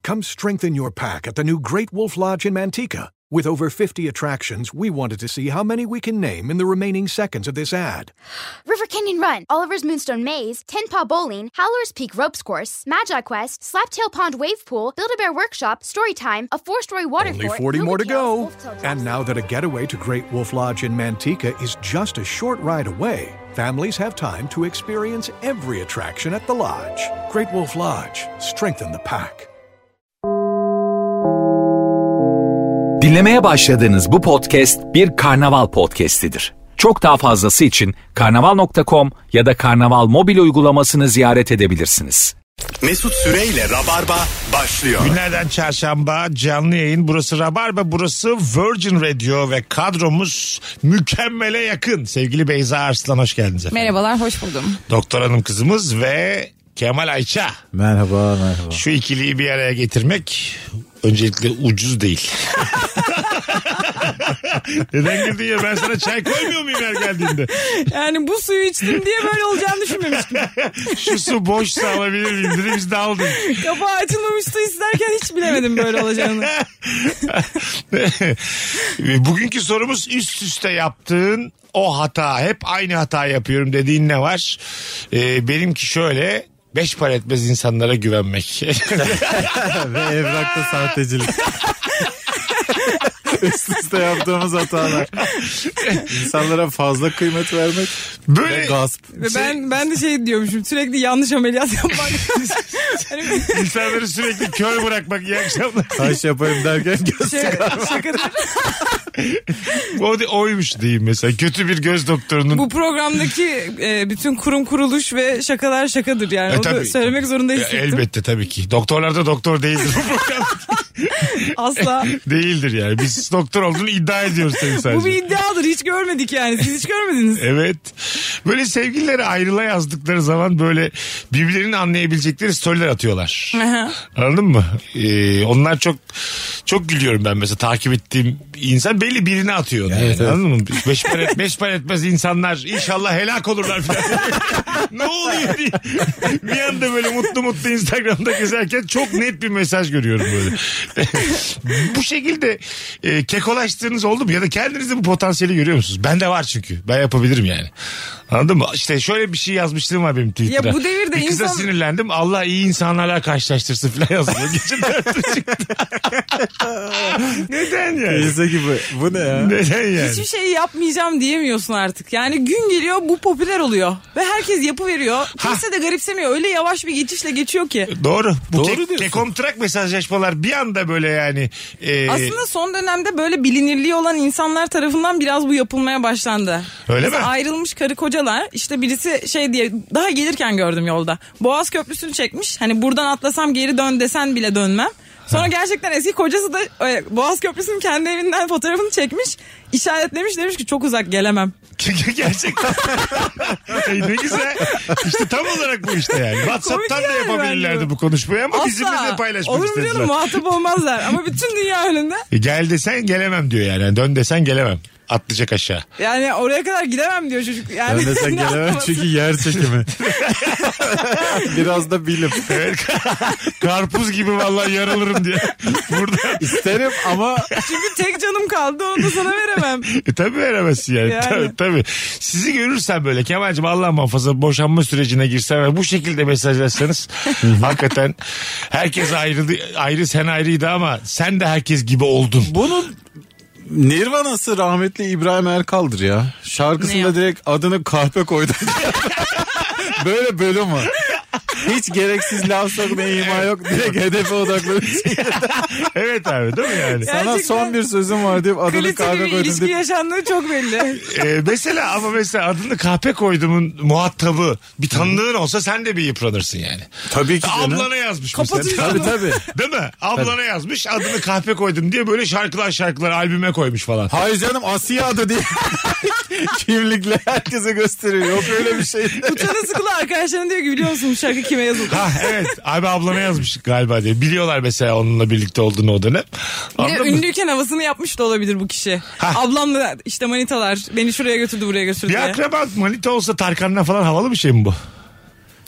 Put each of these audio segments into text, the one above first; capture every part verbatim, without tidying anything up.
Come strengthen your pack at the new Great Wolf Lodge in Manteca. With over fifty attractions, we wanted to see how many we can name in the remaining seconds of this ad. River Canyon Run, Oliver's Moonstone Maze, Tin Paw Bowling, Howler's Peak Ropes Course, Magi Quest, Slaptail Pond Wave Pool, Build-A-Bear Workshop, Storytime, a four-story water Only fort, forty more to go. Wolftail And now that a getaway to Great Wolf Lodge in Manteca is just a short ride away, families have time to experience every attraction at the lodge. Great Wolf Lodge, strengthen the pack. Dinlemeye başladığınız bu podcast bir karnaval podcastidir. Çok daha fazlası için karnaval nokta com ya da karnaval mobil uygulamasını ziyaret edebilirsiniz. Mesut Süreyle Rabarba başlıyor. Günlerden çarşamba canlı yayın. Burası Rabarba, burası Virgin Radio ve kadromuz mükemmele yakın. Sevgili Beyza Arslan, hoş geldiniz efendim. Merhabalar, hoş buldum. Doktor hanım kızımız ve Kemal Ayça. Merhaba, merhaba. Şu ikiliyi bir araya getirmek öncelikle ucuz değil. Neden girdin ya? Ben sana çay koymuyor muyum her geldiğinde? Yani bu suyu içtim diye böyle olacağını düşünmemiştim. Şu su boşsa alabilir miyim dedi, biz de aldık. Kapağı açılmamış su isterken hiç bilemedim böyle olacağını. Bugünkü sorumuz, üst üste yaptığın o hata, hep aynı hata yapıyorum dediğin ne var? Ee, benimki şöyle: beş para etmez insanlara güvenmek. Ve evrakta sahtecilik. Üst üste yaptığımız hatalar. İnsanlara fazla kıymet vermek Böyle ve gasp. Ve ben ben de şey diyormuşum, sürekli yanlış ameliyat yapmak. Hani İnsanları sürekli kör bırakmak, iyi akşamlar. Taş yapayım derken göz şey, şakadır. O da oymuş diyeyim mesela. Kötü bir göz doktorunun. Bu programdaki e, bütün kurum kuruluş ve şakalar şakadır yani. E, Onu da söylemek zorunda hissettim. E, elbette tabii ki. Doktorlar da doktor değildir bu program. Asla. Değildir yani. Biz doktor olduğunu iddia ediyoruz tabii sadece. Bu bir iddiadır. Hiç görmedik yani. Siz hiç görmediniz. Evet. Böyle sevgilileri ayrıla yazdıkları zaman böyle birbirlerini anlayabilecekleri storyler atıyorlar. Anladın mı? Ee, onlar çok çok gülüyorum ben mesela, takip ettiğim insan belli birini atıyor. Yani, evet, anladın mı? Beş para, beş para etmez insanlar inşallah helak olurlar falan. Ne oluyor diye. Bir anda böyle mutlu mutlu Instagram'da gezerken çok net bir mesaj görüyorum böyle. Bu şekilde e, kekolaştığınız oldu mu? Ya da kendinizde bu potansiyeli görüyor musunuz? Bende var çünkü. Ben yapabilirim yani. Anladın mı? İşte şöyle bir şey yazmışlığım var benim Twitter'a. Ya bu devirde bir kıza insan... sinirlendim. Allah iyi insanlarla karşılaştırsın falan yazıyor. Geçen dörtlü çıktı. Neden yani? Teyze gibi. Bu ne ya? Neden yani? Hiçbir şey yapmayacağım diyemiyorsun artık. Yani gün geliyor, bu popüler oluyor. Ve herkes yapıveriyor. Kimse de garipsemiyor. Öyle yavaş bir geçişle geçiyor ki. Doğru. Bu Doğru ke- diyorsun. kekomtrak mesajlaşmalar bir anda böyle yani. E... Aslında son dönemde böyle bilinirliği olan insanlar tarafından biraz bu yapılmaya başlandı. Öyle Mesela mi? ayrılmış karı kocalar, işte birisi şey diye, daha gelirken gördüm yolda. Boğaz Köprüsü'nü çekmiş. Hani buradan atlasam geri dön desen bile dönmem. Sonra gerçekten eski kocası da e, Boğaz Köprüsü'nün kendi evinden fotoğrafını çekmiş. İşaretlemiş, demiş ki çok uzak, gelemem. Gerçekten. e ne güzel. İşte tam olarak bu işte yani. WhatsApp'tan Komik da yani yapabilirlerdi bence bu konuşmayı ama Asla. bizimle de paylaşmak Olur mu istediler. canım, muhatap olmazlar. Ama bütün dünya önünde. E gel desen gelemem diyor yani. Dön desen gelemem. Atlayacak aşağı. Yani oraya kadar gidemem diyor çocuk. Yani Ben de sen ne gelemem yapması? çünkü yer çekimi. Biraz da bilim. Evet. Karpuz gibi vallahi yaralırım diye. Burada. İsterim ama Çünkü tek canım kaldı, onu da sana veremem. E tabii veremezsin yani. Yani. Tabii, tabii. Sizi görürsen böyle Kemal'cim, Allah muhafaza boşanma sürecine girsen ve bu şekilde mesajlaşsanız hakikaten herkes ayrı, ayrı sen ayrıydı ama sen de herkes gibi oldun. bunun Nirvana'sı rahmetli İbrahim Erkal'dır ya. Şarkısında Ne direkt adını kahpe koydu. Böyle bölüm var. Hiç gereksiz laf sokma ima yok. Direkt hedefe odaklı. Evet abi, değil mi yani? Sana Gerçekten son bir sözüm var deyip adını Kaliteli kahpe bir koydum. ilişki deyip- yaşandığı çok belli. Ee, mesela ama mesela adını kahpe koydumun muhatabı bir tanıdığın olsa sen de bir yıpranırsın yani. Tabii ki canım. Ablana yazmış Kapatın mesela. Tabii tabii. Değil mi? Ablana yazmış, adını kahpe koydum diye böyle şarkılar şarkılar albüme koymuş falan. Hayır canım, Asiye adı diye. Kimlikle herkese gösteriyor. Yok öyle bir şey. Uçana sıkıla arkadaşlarına diyor ki, biliyor musun bu şarkı kime yazıldı? Ha evet, abi ablana yazmış galiba diye. Biliyorlar mesela onunla birlikte olduğunu o dönem. Bir de Anladın mı? ünlüyken havasını yapmış da olabilir bu kişi. Ha. Ablamla işte manitalar beni şuraya götürdü, buraya götürdü Bir diye. akraba manita olsa Tarkan'la falan havalı bir şey mi bu?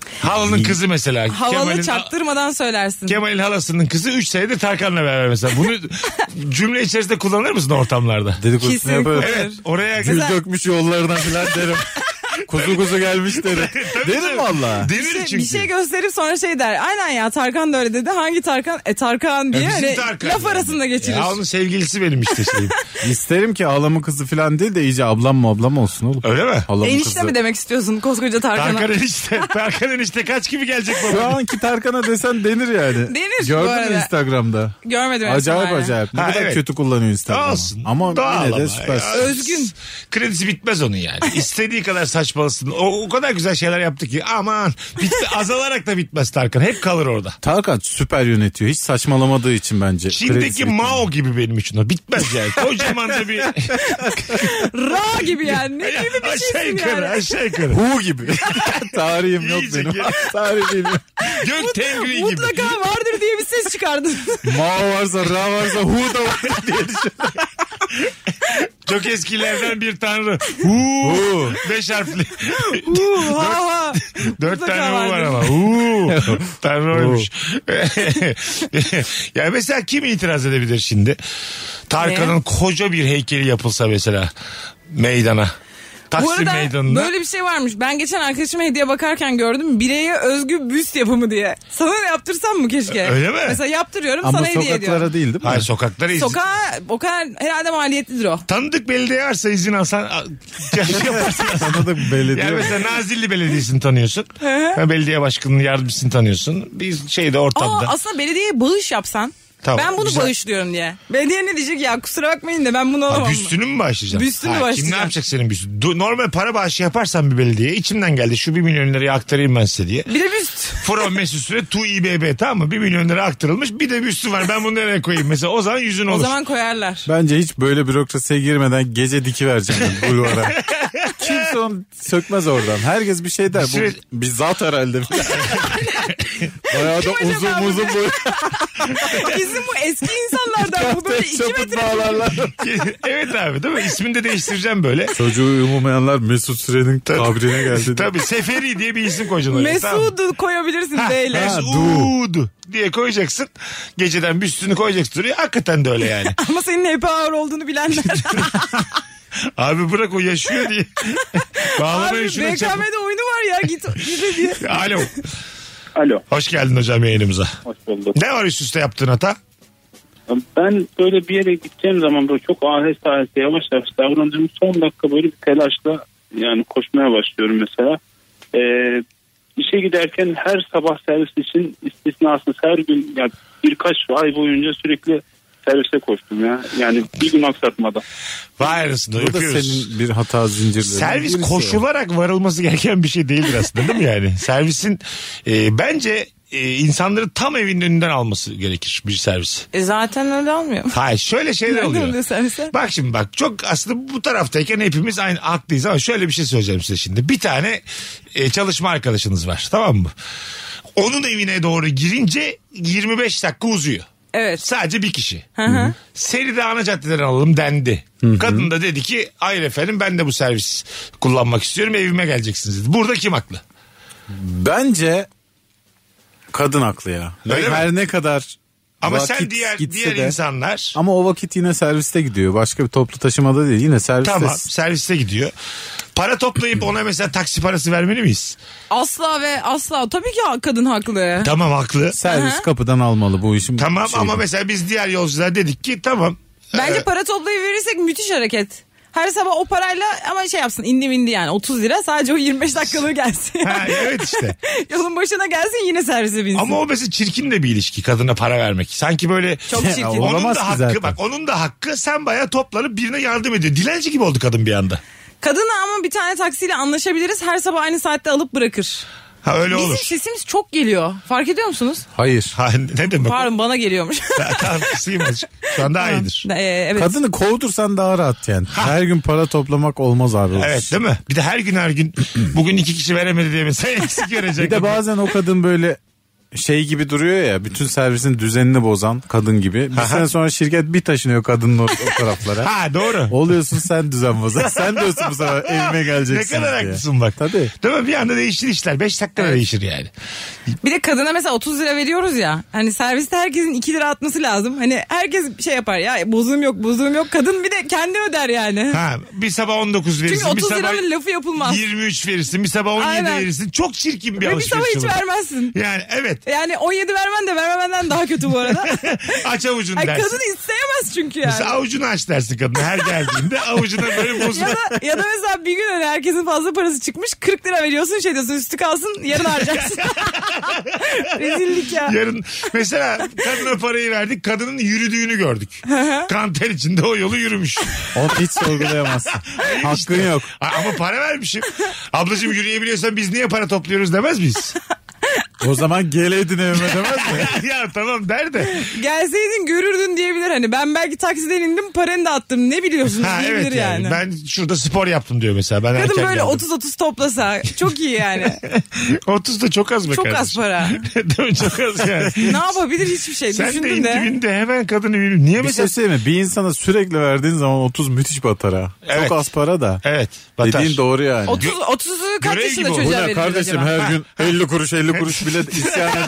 Halanın kızı mesela. Havalı Kemal'in, çaktırmadan söylersin. Kemal'in halasının kızı üç senedir Tarkan'la beraber mesela. Bunu cümle içerisinde kullanır mısın ortamlarda? Dedikodusunu Kesinlikle. yaparım. Evet, oraya Gül dökmüş yollarına falan derim. Kuzu kuzu gelmiş derim. Derim valla. Denir Bir şey, çünkü. bir şey gösterip sonra şey der. Aynen ya Tarkan da öyle dedi. Hangi Tarkan? E Tarkan diye Ya bizim hani Tarkan laf yani. arasında geçirir. Ya onun sevgilisi benim işte şeyim. İsterim ki halamın kızı falan değil de iyice ablam mı ablam olsun oğlum. Öyle mi? Halamın Enişte kızı. mi demek istiyorsun koskoca Tarkan'a? Tarkan enişte. Tarkan enişte kaç gibi gelecek Şu baba? anki Tarkan'a desen denir yani. Denir bu Gördün mü arada. Instagram'da? Görmedim. Acayip hala. acayip. Ne Ha, kadar evet. kötü kullanıyor Instagram'ı. Olsun. Ama Doğal yine de ama süper. ya. Özgün. Kredisi bitmez onun yani. İstediği kadar saçmalasın. O, o kadar güzel şeyler yaptı ki aman bitti, azalarak da bitmez Tarkan. Hep kalır orada. Tarkan süper yönetiyor. Hiç saçmalamadığı için bence. Çin'deki Kredisi Mao gibi benim için o. Bitmez yani. Kocaman da bir Ra gibi yani. Ne gibi bir aşağı şeysin yukarı yani. aşağı yukarı. Hu gibi. Tarihim yok İyice benim. gel. Tarih bilmiyorum. Gök tengri gibi. Mutlaka vardır diye bir ses çıkardın. Mao varsa Ra varsa Hu da var diye düşün. Çok eskilerden bir tanrı. Hu. Hu. Beş harfli. Uh, ha, ha. Dört Mutlaka tane hu var vardır. ama. Hu. Tanrı oymuş. Ya mesela kim itiraz edebilir şimdi? Tarkan'ın koca bir heykeli yapılsa mesela meydana. Bu Taksim arada meydanında. böyle bir şey varmış. Ben geçen arkadaşıma hediye bakarken gördüm. Bireye özgü büst yapımı diye. Sana da yaptırsam mı keşke? Öyle mi? Mesela yaptırıyorum Ama sana hediye ediyorum. sokaklara değil değil mi? Hayır, sokaklara izin. Sokağa o kadar herhalde maliyetlidir o. Tanıdık belediye varsa izin alsan a- şey yaparsın. Tanıdık belediye. Yani mesela Nazilli Belediyesi'ni tanıyorsun. Ha, belediye başkanının yardımcısını tanıyorsun. Bir şeyde Aa, ortamda. aslında belediyeye bağış yapsan. Tamam, ben bunu güzel. bağışlıyorum diye. Belediye ne diyecek ya kusura bakmayın da ben bunu Ha, alamam. büstünü mü bağışlayacaksın? Büstünü Ha, bağışlayacağım. Kim ne yapacak senin büstünü? Du- Normal para bağışı yaparsan bir belediyeye içimden geldi şu bir milyon lirayı aktarayım ben size diye. Bir de büst. From Mesut Süre Tu İBB tamam mı? Bir milyon lira aktarılmış bir de büstü var ben bunu nereye koyayım mesela o zaman yüzün olur. O zaman koyarlar. Bence hiç böyle bürokrasiye girmeden gece diki vereceğim ben bulvara. Kimse onu sökmez oradan. Herkes bir şey der. Süre- Bu bizzat herhalde. Bayağı da Kim acaba uzun bu? uzun böyle. Kesin bu eski insanlardan bu böyle iki Çaput metre. bağlarlar. Evet abi değil mi? İsmini de değiştireceğim böyle. Çocuğu uyumayanlar Mesut Süren'in kabrine geldi. Tabii Seferi diye bir isim koyacaksın oraya. tamam mı? Mesud'u koyabilirsin değil. ha. Mesud diye koyacaksın. Geceden büstünü koyacaksın oraya. Hakikaten de öyle yani. Ama senin hep ağır olduğunu bilenler. Abi bırak o yaşıyor diye. Bağlamayın Abi şuna çabuk. B K M'de oyunu var ya git git diye. Alo. Alo, Hoş geldin hocam yayınımıza. hoş bulduk. Ne var üst üste yaptığın hata? Ben böyle bir yere gideceğim zaman böyle çok aheste aheste yavaş yavaş davranıyorum. Son dakika böyle bir telaşla yani koşmaya başlıyorum mesela. Ee, işe giderken her sabah servis için istisnasız her gün yani birkaç ay boyunca sürekli servise koştum ya. Yani bir gün aksatmadan. Vay arasında Bu da öpüyoruz. senin bir hata zincirleri. Servis Birisi koşularak varılması gereken bir şey değildir aslında değil mi yani? Servisin e, bence e, insanları tam evinin önünden alması gerekir bir servis. E zaten öyle olmuyor. Hayır şöyle şeyler Nerede oluyor. oluyor servise? Bak şimdi bak çok aslında bu taraftayken hepimiz aynı haklıyız ama şöyle bir şey söyleyeceğim size şimdi. Bir tane e, çalışma arkadaşınız var tamam mı? Onun evine doğru girince yirmi beş dakika uzuyor. Evet. Sadece bir kişi. Hı hı. Seni de ana caddeden alalım dendi. Kadın da dedi ki hayır efendim ben de bu servis kullanmak istiyorum evime geleceksiniz dedi. Burada kim haklı? Bence kadın haklı ya. Öyle mi? Her ne kadar Ama vakit sen diğer gitse diğer de, insanlar ama o vakit yine serviste gidiyor. Başka bir toplu taşımada değil. Yine serviste. tamam serviste gidiyor. Para toplayıp ona mesela taksi parası vermeli miyiz? Asla ve asla. Tabii ki kadın haklı. Tamam haklı. Servis kapıdan almalı bu işin. Tamam şeyi. ama mesela biz diğer yolcular dedik ki tamam. Bence Ee, para toplayıverirsek müthiş hareket. Her sabah o parayla ama şey yapsın indi indi yani otuz lira sadece o yirmi beş dakikalığı gelsin. Ha, evet işte. Yolun başına gelsin yine servise binsin. Ama o mesela çirkin de bir ilişki kadına para vermek. Sanki böyle Çok çirkin. Ya, onun olamaz da ki hakkı zaten. bak onun da hakkı sen bayağı toplanıp birine yardım ediyor. Dilenci gibi oldu kadın bir anda. Kadınla ama bir tane taksiyle anlaşabiliriz. Her sabah aynı saatte alıp bırakır. Ha öyle Bizim olur. sesimiz çok geliyor. Fark ediyor musunuz? Hayır. Ha, ne demek? Pardon bana geliyormuş. Tamam kısayım azıcık. Şu an daha iyidir. Ee, evet. Kadını kovdursan daha rahat yani. Her gün para toplamak olmaz abi. Evet değil mi? Bir de her gün her gün bugün iki kişi veremedi diye mesela eksik verecek. Bir de bazen o kadın böyle şey gibi duruyor ya, bütün servisin düzenini bozan kadın gibi. Bir sene sonra şirket bir taşınıyor kadının o, o taraflara. Ha doğru. Oluyorsun sen düzen bozan. Sen diyorsun bu sefer evime geleceksin Ne kadar diye. haklısın bak. Tabii. Değil mi? Bir anda değişir işler. Beş dakikada Evet. değişir yani. Bir de kadına mesela otuz lira veriyoruz ya. Hani serviste herkesin iki lira atması lazım. Hani herkes şey yapar ya, bozuğum yok bozuğum yok. Kadın bir de kendi öder yani. Ha, bir sabah on dokuz verirsin. Çünkü otuz bir sabah liranın lafı yapılmaz. yirmi üç verirsin. Bir sabah on yedi Aynen. verirsin. Çok çirkin bir Ve bir alışveriş sabah hiç olur. vermezsin. Yani evet. Yani on yedi vermen de vermemenden daha kötü bu arada. Aç avucunu Ay, dersin. kadın isteyemez çünkü yani. Mesela avucunu aç dersin kadına her geldiğinde. Avucuna böyle bozma. Ya da, ya da mesela bir gün hani herkesin fazla parası çıkmış, kırk lira veriyorsun, şey diyorsun, üstü kalsın yarın harcarsın. Rezillik ya. Yarın mesela kadına parayı verdik. Kadının yürüdüğünü gördük. Kanter içinde o yolu yürümüş. Onu hiç sorgulayamazsın. Hakkın yok. A- Ama para vermişim. Ablacığım yürüyebiliyorsan biz niye para topluyoruz demez miyiz? O zaman geleydin evime demez mi? Ya tamam der de. Gelseydin görürdün diyebilir hani. Ben belki taksiden indim, paranı da attım. Ne biliyorsunuz Ha, diyebilir evet yani. yani. Ben şurada spor yaptım diyor mesela. Ben Kadın erken böyle geldim. otuz otuz toplasa çok iyi yani. otuz da çok az be Çok az kardeşim. para. Değil mi? Çok az yani. Ne yapabilir hiçbir şey. Sen de Düşündüm de. intiminde hemen kadını yürü. Niye Bir mesela? şey söyleyeyim mi? Bir insana sürekli verdiğin zaman otuz müthiş batar ha. Evet. Çok az para da. Evet. Batar. Dediğin doğru yani. otuz, otuzu kaç görev yaşında gibi o. Bu çocuğa ne verir kardeşim acaba? her gün elli kuruş elli kuruş bile isyan eder.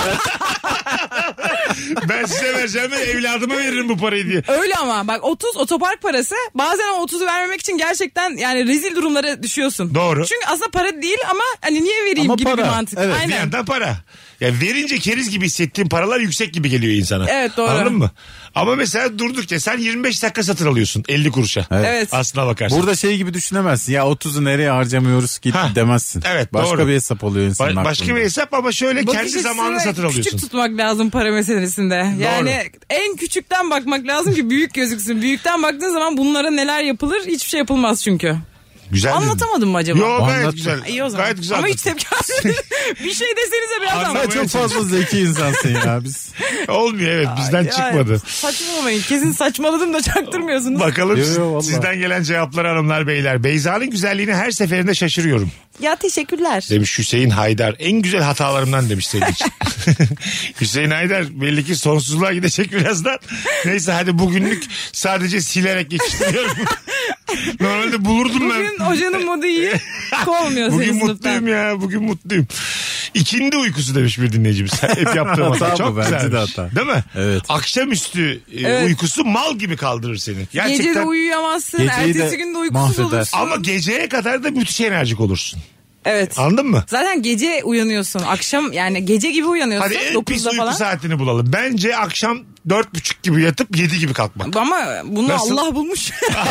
Ben size vereceğim ve evladıma veririm bu parayı diye. Öyle ama bak otuz otopark parası, bazen o otuzu vermemek için gerçekten yani rezil durumlara düşüyorsun. Doğru. Çünkü aslında para değil ama hani niye vereyim Ama gibi para. bir mantık. Evet. Bir Aynen. yandan para. Ya verince keriz gibi hissettiğin paralar yüksek gibi geliyor insana. Evet, doğru. Anladın mı? Ama mesela durduk ya sen yirmi beş dakika satın alıyorsun elli kuruşa. Evet. Evet. Aslına bakarsın. Burada şey gibi düşünemezsin. Ya otuzu nereye harcamıyoruz ki Ha. demezsin. Evet, Başka doğru. bir hesap oluyor insanın Ba- aklında. başka bir hesap ama şöyle Bakış kendi zamanını açısını satın alıyorsun. Küçük tutmak lazım para meselesinde. Yani en küçükten bakmak lazım ki büyük gözüksün. Büyükten baktığın zaman bunlara neler yapılır, hiçbir şey yapılmaz çünkü. Güzel dedin. Anlatamadım mı acaba? Yo gayet Anlattın. güzel. İyi o zaman. Gayet güzel. Ama hiç anlattın. tepki almıyorum. Bir şey desenize biraz ama. Anlamaya Sen çok fazla zeki insansın ya biz. Olmuyor evet bizden Ya, çıkmadı. Saçmalamayın. Kesin saçmaladım da çaktırmıyorsunuz. Bakalım Yo, yo, vallahi. sizden gelen cevaplar hanımlar beyler. Beyza'nın güzelliğine her seferinde şaşırıyorum. Ya teşekkürler. Demiş Hüseyin Haydar. En güzel hatalarımdan demiş senin için. Hüseyin Haydar belli ki sonsuzluğa gidecek birazdan. Neyse hadi bugünlük sadece silerek geçiştiriyorum. Normalde bulurdum ben. Bugün hocanın modu iyi. Kovmuyor Bugün seni mutluyum sınıftan. ya. Bugün mutluyum. İkindi uykusu demiş bir dinleyicimiz. Hep yaptığım hata. Hata Çok bu, bence de güzelmiş. hata. Değil mi? Evet. Akşamüstü e, Evet. uykusu mal gibi kaldırır seni. Gerçekten. Gece de uyuyamazsın. Geceyi de Ertesi gün de uykusuz mahveder. olursun. Ama geceye kadar da müthiş enerjik olursun. Evet. Anladın mı? Zaten gece uyanıyorsun. Akşam yani gece gibi uyanıyorsun. Hadi en pis dokuzda uyku falan. saatini bulalım. Bence akşam dört buçuk gibi yatıp yedi gibi kalkmak. Ama bunu Nasıl? Allah bulmuş.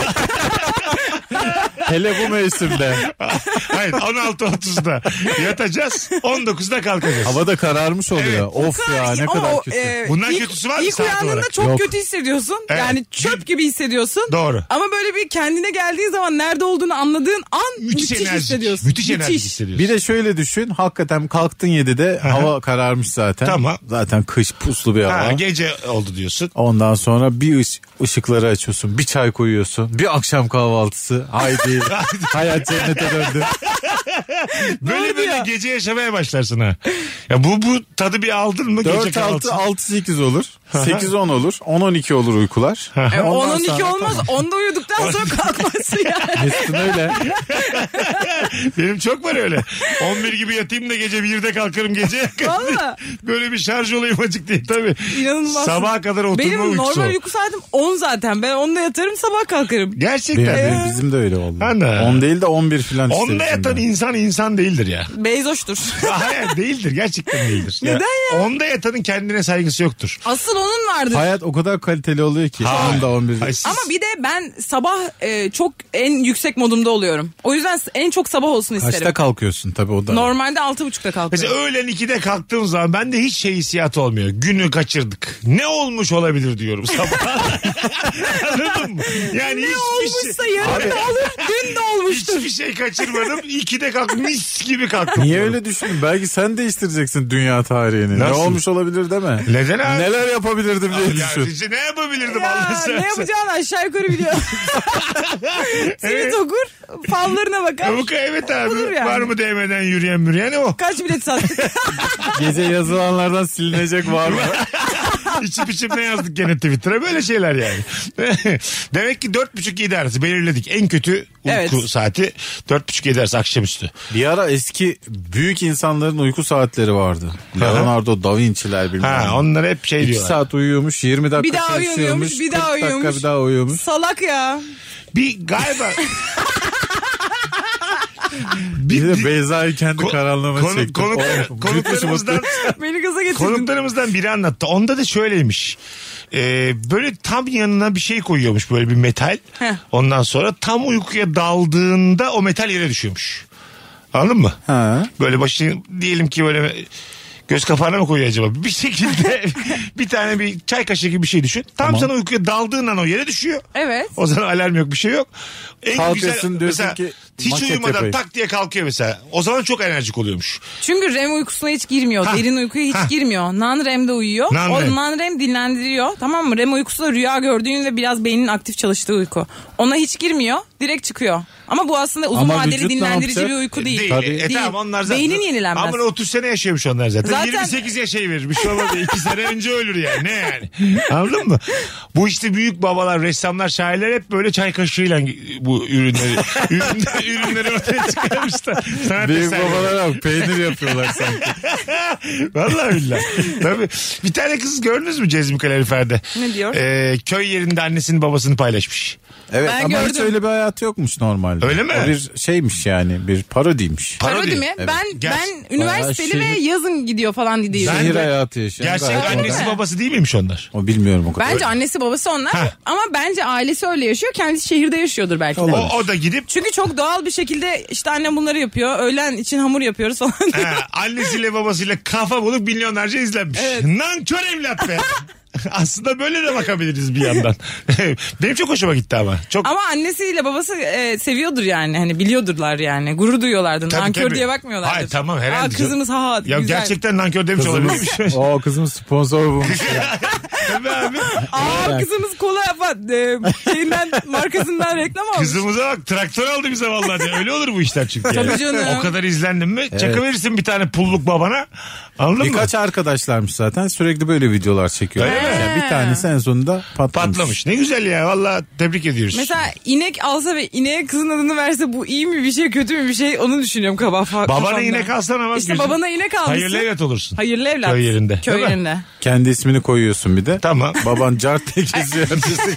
Hele bu mevsimde. Hayır on altı otuzda yatacağız. on dokuzda kalkacağız. Hava da kararmış oluyor. Of ya ne Ama kadar o, kötü. e, Bundan ilk- kötüsü var mı İlk saat uyandığında olarak? çok Yok. kötü hissediyorsun. Evet. Yani çöp gibi hissediyorsun. Doğru. Ama böyle bir kendine geldiğin zaman nerede olduğunu anladığın an Müthiş, müthiş, enerjik. hissediyorsun. Müthiş, enerjik hissediyorsun. Bir de şöyle düşün. Hakikaten kalktın yedide hava kararmış zaten. Tamam. Zaten kış puslu bir hava. Ha, gece oldu diyorsun. Ondan sonra bir ış- ışıkları açıyorsun. Bir çay koyuyorsun. Bir akşam kahvaltısı. Haydi. Hayat cennete döndü. Böyle böyle gece yaşamaya başlarsın ha. Ya bu bu tadı bir aldın mı gece dört altı kahvaltısı? altı sekiz olur. sekiz on olur. on on iki olur uykular. E, Ondan on on iki sonra- olmaz. onda uyuduktan sonra kalkmazsın yani. Mesut'un öyle. Benim çok var öyle. on bir gibi yatayım da gece birde kalkarım gece. Valla. Böyle bir şarj olayım acık diye tabii. İnanılmaz. Sabaha kadar oturma Benim uykusu. normal uyku saatim on zaten. Ben onda yatarım, sabah kalkarım. Gerçekten. Benim, benim- bizim de öyle oldu. Ana. on değil de on bir falan işte. Onda bizim yatan de. insan insan değildir ya. Beyzoştur. Hayır değildir gerçekten değildir. Neden ya? Onda yatanın kendine saygısı yoktur. Asıl onun vardır. Hayat o kadar kaliteli oluyor ki. Hayır. onda on bir. Hayır, siz- Ama bir de ben sabah e, çok en yüksek modumda oluyorum. O yüzden en çok sabah olsun isterim. Kaçta kalkıyorsun tabii o da. Normalde altı buçukta kalkıyorum. Mesela öğlen ikide kalktığım zaman bende hiç şey hissiyatı olmuyor. Günü kaçırdık. Ne olmuş olabilir diyorum sabah. Anladın mı? Yani Ne hiçbir olmuşsa şey... yarın da olur, dün de olmuştur. Hiçbir şey kaçırmadım. İkide yedide kalktım. Mis gibi kalktım. Niye öyle düşündün? Belki sen değiştireceksin dünya tarihini. Nasıl? Ne olmuş olabilir deme. Neden abi? Neler yapabilirdim diye Ya, düşün. işte ne yapabilirdim Ya, Allah ne seversen. yapacağını aşağı yukarı biliyor. Simit Evet. okur, fallarına bakar. Tavuk evet abi. Olur yani. Var mı değmeden yürüyen mürüyen o. Kaç bilet sattık? Gece yazılanlardan silinecek var mı? İçip içip ne yazdık gene Twitter'a, böyle şeyler yani. Demek ki dört buçuk yedi arası belirledik. En kötü uyku Evet. saati dört buçuk yedi arası akşamüstü. Bir ara eski büyük insanların uyku saatleri vardı. Leonardo da Vinci'ler bilmem. Ha, onlar hep şey İki diyorlar. saat uyuyormuş, yirmi dakika Bir daha çalışıyormuş, uyanıyormuş, bir daha kırk dakika uyuyormuş. bir daha uyuyormuş. Salak ya. Bir galiba... Bir de Beyza'yı kendi Ko- karanlığıma konu- çektim. konuk- Oh, konuklarımızdan Beni gaza getirdin. konuklarımızdan biri anlattı. Onda da şöyleymiş. Ee, böyle tam yanına bir şey koyuyormuş, böyle bir metal. Heh. Ondan sonra tam uykuya daldığında o metal yere düşüyormuş. Anladın mı? Ha. Böyle başı diyelim ki böyle göz kapağına mı koyuyor acaba? Bir şekilde bir tane bir çay kaşığı gibi bir şey düşün. Tam Tamam. sana uykuya daldığın an o yere düşüyor. Evet. O zaman alarm yok, bir şey yok. En Kalkıyorsun, diyorsun mesela ki, hiç maket uyumadan yapayım. tak diye kalkıyor mesela. O zaman çok enerjik oluyormuş. Çünkü R E M uykusuna hiç girmiyor. Ha. Derin uykuya hiç Ha. girmiyor. Non-R E M'de uyuyor. Non-R E M. O non-R E M dinlendiriyor. Tamam mı? R E M uykusu da rüya gördüğün ve biraz beynin aktif çalıştığı uyku. Ona hiç girmiyor. Direkt çıkıyor. Ama bu aslında uzun Ama vadeli vücut ne dinlendirici yapacak? bir uyku değil. Değil. Tabii. E, Değil. tamam onlar zaten. Beynin yenilenmez. Ama otuz sene yaşıyormuş onlar zaten. Zaten- yirmi sekiz yaşayıverir. Bir şey olmaz. iki sene önce ölür yani. Ne yani? Anladın mı? Bu işte büyük babalar, ressamlar, şairler hep böyle çay kaşığıyla bu ürünleri ürünleri, ürünleri ortaya çıkarmışlar. Sanat Büyük eserleri. babalar bak peynir yapıyorlar sanki. Vallahi billahi. Tabii. Bir tane kız gördünüz mü Cezmi Kalorifer'de? Ne diyor? Ee, köy yerinde annesinin babasını paylaşmış. Evet Ben ama hiç gördüm. öyle bir hayatı yokmuş normalde. Öyle mi? O bir şeymiş yani, bir parodiymiş. Parodi mi? Evet. Ben Ger- ben üniversiteli Bayağı ve şehir- yazın gidiyor falan diyor. Ben Şehir de- hayatı yaşayan. Gerçek gayet annesi modern. babası değil miymiş onlar? O bilmiyorum o kadar. Bence annesi babası onlar Heh. ama bence ailesi öyle yaşıyor. Kendisi şehirde yaşıyordur belki de. Olabilir. O, o da gidip Çünkü çok doğal bir şekilde işte annem bunları yapıyor. Öğlen için hamur yapıyoruz falan diyor. he, annesiyle babasıyla kafa bulup milyonlarca izlenmiş. Nankör evlat be. Aslında böyle de bakabiliriz bir yandan. Benim çok hoşuma gitti ama. Çok Ama annesiyle babası e, seviyordur yani. Hani biliyordurlar yani. Gurur duyuyorlardı. Tabii, Nankör tabii. diye bakmıyorlardı. Hayır, tamam, herhalde Aa, kızımız ha ha. ya güzel. gerçekten nankör demiş olabilir. Kızımız, o kızımız sponsor bulmuş. Tabii abi. Aa kızımız kola yapan. E, şeyinden markasından reklam almış. Kızımıza bak, traktör aldı bize vallahi diye. Öyle olur bu işler çünkü. Tabii yani. canım. O kadar izlendin mi çakıverirsin bir tane pulluk babana. Anladın mı? Birkaç arkadaşlarmış zaten, sürekli böyle videolar çekiyor. Öyle mi? Yani bir tanesi en sonunda patlamış. Patlamış. Ne güzel ya, vallahi tebrik ediyoruz. Mesela inek alsa ve ineğe kızın adını verse bu iyi mi bir şey kötü mü bir şey onu düşünüyorum kaba Babana kafamda. inek alsana bak. İşte güzel. babana inek almışsın. Hayırlı evlat olursun. Hayırlı evlat. Köy yerinde. Köy Değil mi? yerinde. Kendi ismini koyuyorsun bir de. Tamam. Baban cart diye kesiyor.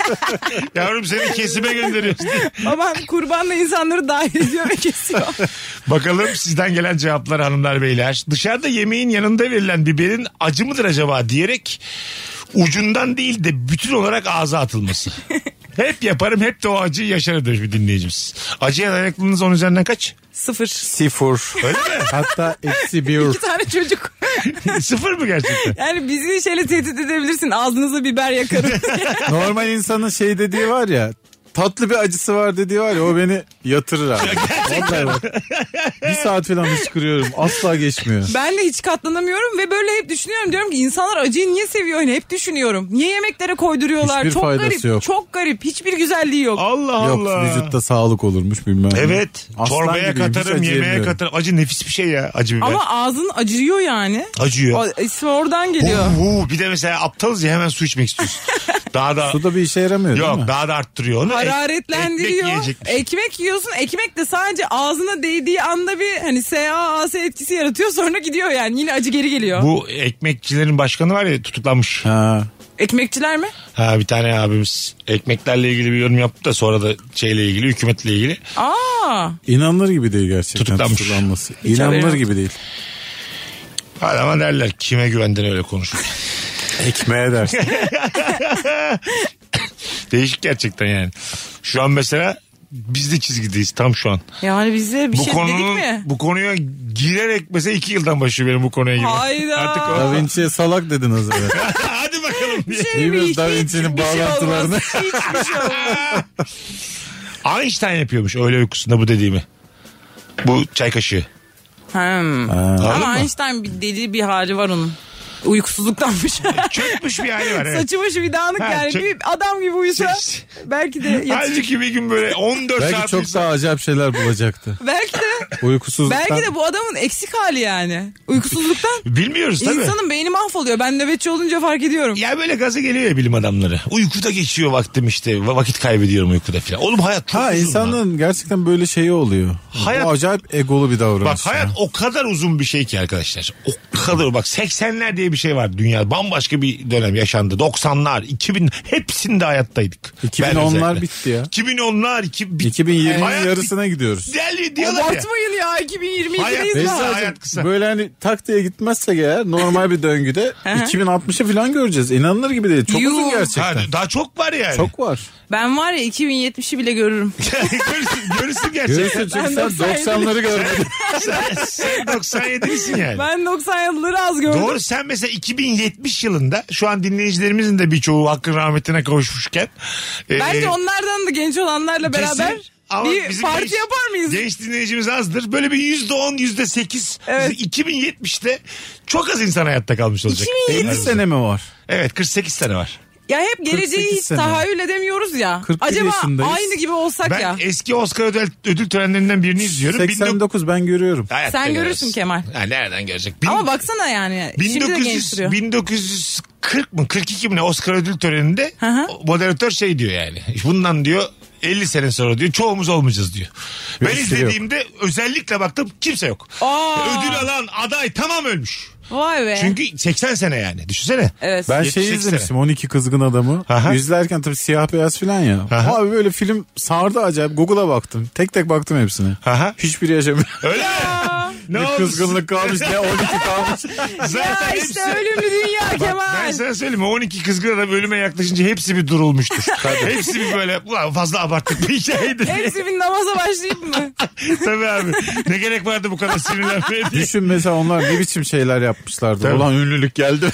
Yavrum seni kesime gönderiyoruz diye. Baban kurbanla insanları dahil ediyor ve kesiyor. Bakalım sizden gelen cevaplar hanımlar beyler. Dışarıda yemeğin yanında verilen biberin acı mıdır acaba diyerek ucundan değil de bütün olarak ağza atılması. Hep yaparım, hep de o acıyı yaşarım demiş bir dinleyicimiz. Acıya dayanıklılığınız on üzerinden kaç? Sıfır. Sifur. Öyle mi? Hatta eksi bir. İki tane çocuk. Sıfır mı gerçekten? Yani bizi şeyle tehdit edebilirsin. Ağzınıza biber yakarım. Normal insanın şey dediği var ya, tatlı bir acısı var dediği var ya, o beni yatırır abi. Vallahi bak. Bir saat falan hıçkırıyorum. Asla geçmiyor. Ben de hiç katlanamıyorum ve böyle hep düşünüyorum. Diyorum ki insanlar acıyı niye seviyor? Hani hep düşünüyorum. Niye yemeklere koyduruyorlar? Hiçbir çok faydası garip. yok. Çok garip. Hiçbir güzelliği yok. Allah Yok, Allah. vücutta sağlık olurmuş bilmem. ne. Evet. Aslan Çorbaya gibiymiş, katarım, acı yemeğe yemiyorum. katarım. Acı nefis bir şey ya, acı biber. Ama ağzın acıyor yani. Acıyor. O ismi oradan geliyor. Hu, hu. Bir de mesela aptalız ya, hemen su içmek istiyorsun. Daha da Su da bir işe yaramıyor değil yok, mi? daha da arttırıyor onu. Ek- Hararetlendiriyor. Ekmek yiyecekmiş. Ekmek yiyorsun. Ekmek de sadece ağzına değdiği anda bir hani S A A S etkisi yaratıyor. Sonra gidiyor yani. Yine acı geri geliyor. Bu ekmekçilerin başkanı var ya, tutuklanmış. Ha. Ekmekçiler mi? Ha, bir tane abimiz ekmeklerle ilgili bir yorum yaptı da sonra da şeyle ilgili, hükümetle ilgili. Aa. İnanılır gibi değil gerçekten. Tutuklanmış. Tutuklanması. haberim İnanılır yok. gibi değil. Adama derler kime güvendin öyle konuşur. Ekmeğe dersin. Değişik gerçekten yani. Şu an mesela biz de çizgideyiz tam şu an. Yani bize bir bu şey konunun, dedik mi? bu konuya girerek mesela iki yıldan başlıyor benim bu konuya girmem. Hayda. Artık o. Da Vinci'ye salak dedin az önce. Hadi bakalım. Bir şey Bilmiyoruz mi? Da Hiç- Vinci'nin hiçbir şey bağlantılarını. olmaz. Hiçbir şey olmaz. Einstein yapıyormuş öğle uykusunda bu dediğimi. Bu çay kaşığı. Hmm. Ama Einstein bir deli bir hali var onun. Uykusuzluktanmış. Çökmüş bir hali var. Evet. Saçı başı bir dağınık Ha, yani. çök- Bir adam gibi uyusa belki de yetişir. Halbuki bir gün böyle on dört Belki saat çok uyusa- daha acayip şeyler bulacaktı. Belki de Uykusuzluktan. belki de bu adamın eksik hali yani. Uykusuzluktan. Bilmiyoruz tabii. İnsanın beyni mahvoluyor. Ben nöbetçi olunca fark ediyorum. Ya böyle gaza geliyor ya bilim adamları. Uykuda geçiyor vaktim işte. Va- Vakit kaybediyorum uykuda falan. Oğlum hayat çok Ha uzun. insanın gerçekten böyle şeyi oluyor. Hayat- Bu acayip egolu bir davranış. Bak hayat ya. o kadar uzun bir şey ki arkadaşlar. O kadar bak seksenler diye bir şey var dünya. Bambaşka bir dönem yaşandı. doksanlar, iki bin hepsinde hayattaydık. iki bin Ben onlar özellikle. bitti ya. iki bin onlar, iki, iki bin yirminin Hayat- yarısına gidiyoruz. Değerli diyorlar ya. Abartmayın ya iki bin yirmi Hayat- ikideyiz Beyza- daha. hayat kısa. Böyle hani tak diye gitmezsek eğer normal bir döngüde iki bin altmışı falan göreceğiz. İnanılır gibi değil. Çok Yuh. uzun Ha, gerçekten. daha çok var yani. Çok var. Ben var ya iki bin yetmişi bile görürüm. görürsün, görürsün gerçekten. Görürsün çünkü Ben sen doksan yedi doksanları görmedin. sen, sen doksan yedilisin yani. Ben doksan yılları az gördüm. Doğru, sen mesela iki bin yetmiş yılında şu an dinleyicilerimizin de birçoğu hakkın rahmetine kavuşmuşken. Belki e, onlardan da genç olanlarla beraber kesin, ama bir bizim parti genç- yapar mıyız? Genç dinleyicimiz azdır. Böyle bir yüzde on, yüzde sekiz. Evet. iki bin yetmişte çok az insan hayatta kalmış olacak. elli sene mi var? Evet, kırk sekiz sene var. Ya hep geleceği kırk sekiz hiç sene. tahayyül edemiyoruz ya. kırk bir Acaba yaşındayız. aynı gibi olsak Ben ya. eski Oscar ödül, ödül törenlerinden birini izliyorum. seksen dokuz ben görüyorum. Hayatta Sen görürsün. görürsün Kemal. Ha, nereden görecek? Bin- Ama baksana yani. Şimdi de genç 1900, duruyor. bin dokuz yüz kırk mı kırk iki mi ne Oscar ödül töreninde Hı hı. moderatör şey diyor yani. Bundan diyor elli sene sonra diyor çoğumuz olmayacağız diyor. Ben Yok, izlediğimde özellikle baktım kimse yok. Aa. Ödül alan aday tamam ölmüş. Vay be. Çünkü seksen sene yani düşünsene. Evet. Ben yetmiş şey sekiz izlemiştim sene. on iki Kızgın Adamı. Aha. İzlerken tabii siyah beyaz falan ya. Aha. Abi böyle film sardı acayip. Google'a baktım. Tek tek baktım hepsine. Aha. Hiçbiri yaşamıyor. Öyle mi? Ne Ne oldu? kızgınlık kalmış ne on iki kalmış. Zaten Ya hepsi- işte ölümlü dünya Bak, ben Kemal. sana söyleyeyim mi? on iki kızgın adam ölüme yaklaşınca hepsi bir durulmuştur. hepsi bir böyle ulan fazla abarttık bir hikayeydi. Hepsi bir namaza başlayıp mı? Tabii abi. Ne gerek vardı bu kadar sinirlenmeye diye. Düşün mesela onlar ne biçim şeyler yapmışlardı. Tabii. Ulan ünlülük geldi.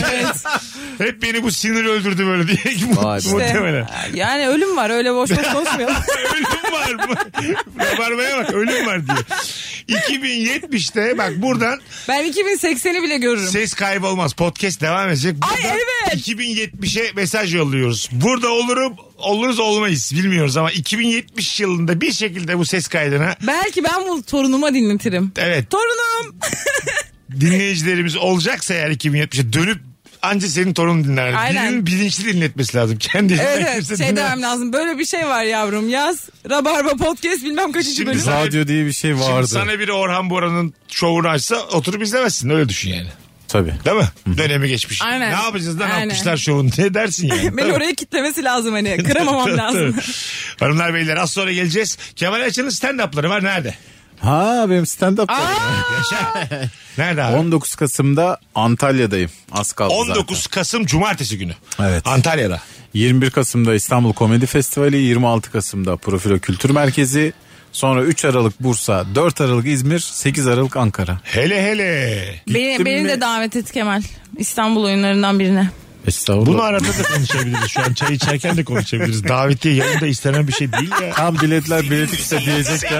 Hep beni bu sinir öldürdü böyle diye. Vay be. Muhtemelen. Yani ölüm var öyle boş boş konuşmayalım. Ölüm var mı? Rabarbaya bak ölüm var diye. iki bin yetmişte bak buradan Ben iki bin sekseni bile görürüm. ses kaybolmaz. Podcast devam edecek. Ay, Buradan evet. iki bin yetmişe mesaj yolluyoruz. Burada olurum oluruz olmayız bilmiyoruz ama iki bin yetmiş yılında bir şekilde bu ses kaydına Belki ben bunu torunuma dinletirim. evet Torunum. dinleyicilerimiz olacaksa eğer iki bin yetmişe dönüp anca senin torunun dinler. Aynen. Birinin bilinçli dinletmesi lazım. Kendini Evet evet şey demem lazım. Böyle bir şey var yavrum yaz. Rabarba podcast bilmem kaçıncı Şimdi bölüm. sen- Radyo diye bir şey Şimdi vardı. sana biri Orhan Bora'nın şovunu açsa oturup izlemezsin öyle düşün yani. Tabii. Değil mi? Dönemi geçmiş. Aynen. Ne yapacağız lan Aynen. altmışlar şovunu ne dersin yani? Beni oraya kitlemesi lazım hani. Kıramamam Tabii, lazım. tabii. Hanımlar beyler az sonra geleceğiz. Kemal Ayça'nın stand-up'ları var nerede? Ha benim stand-up var. Yaşa. Nerede abi? on dokuz Kasım'da Antalya'dayım. Az kaldı on dokuz Kasım Cumartesi günü. Evet. Antalya'da. zaten. yirmi bir Kasım'da İstanbul Komedi Festivali, yirmi altı Kasım'da Profilo Kültür Merkezi, sonra üç Aralık Bursa, dört Aralık İzmir, sekiz Aralık Ankara. Hele hele. Beni, Gittim beni mi? de davet et Kemal. İstanbul oyunlarından birine. Estağfurullah. Bunu arada da konuşabiliriz. Şu an çay içerken de konuşabiliriz. Davetiye yayında istenen bir şey değil ya. Tam biletler bilet işte diyecekler.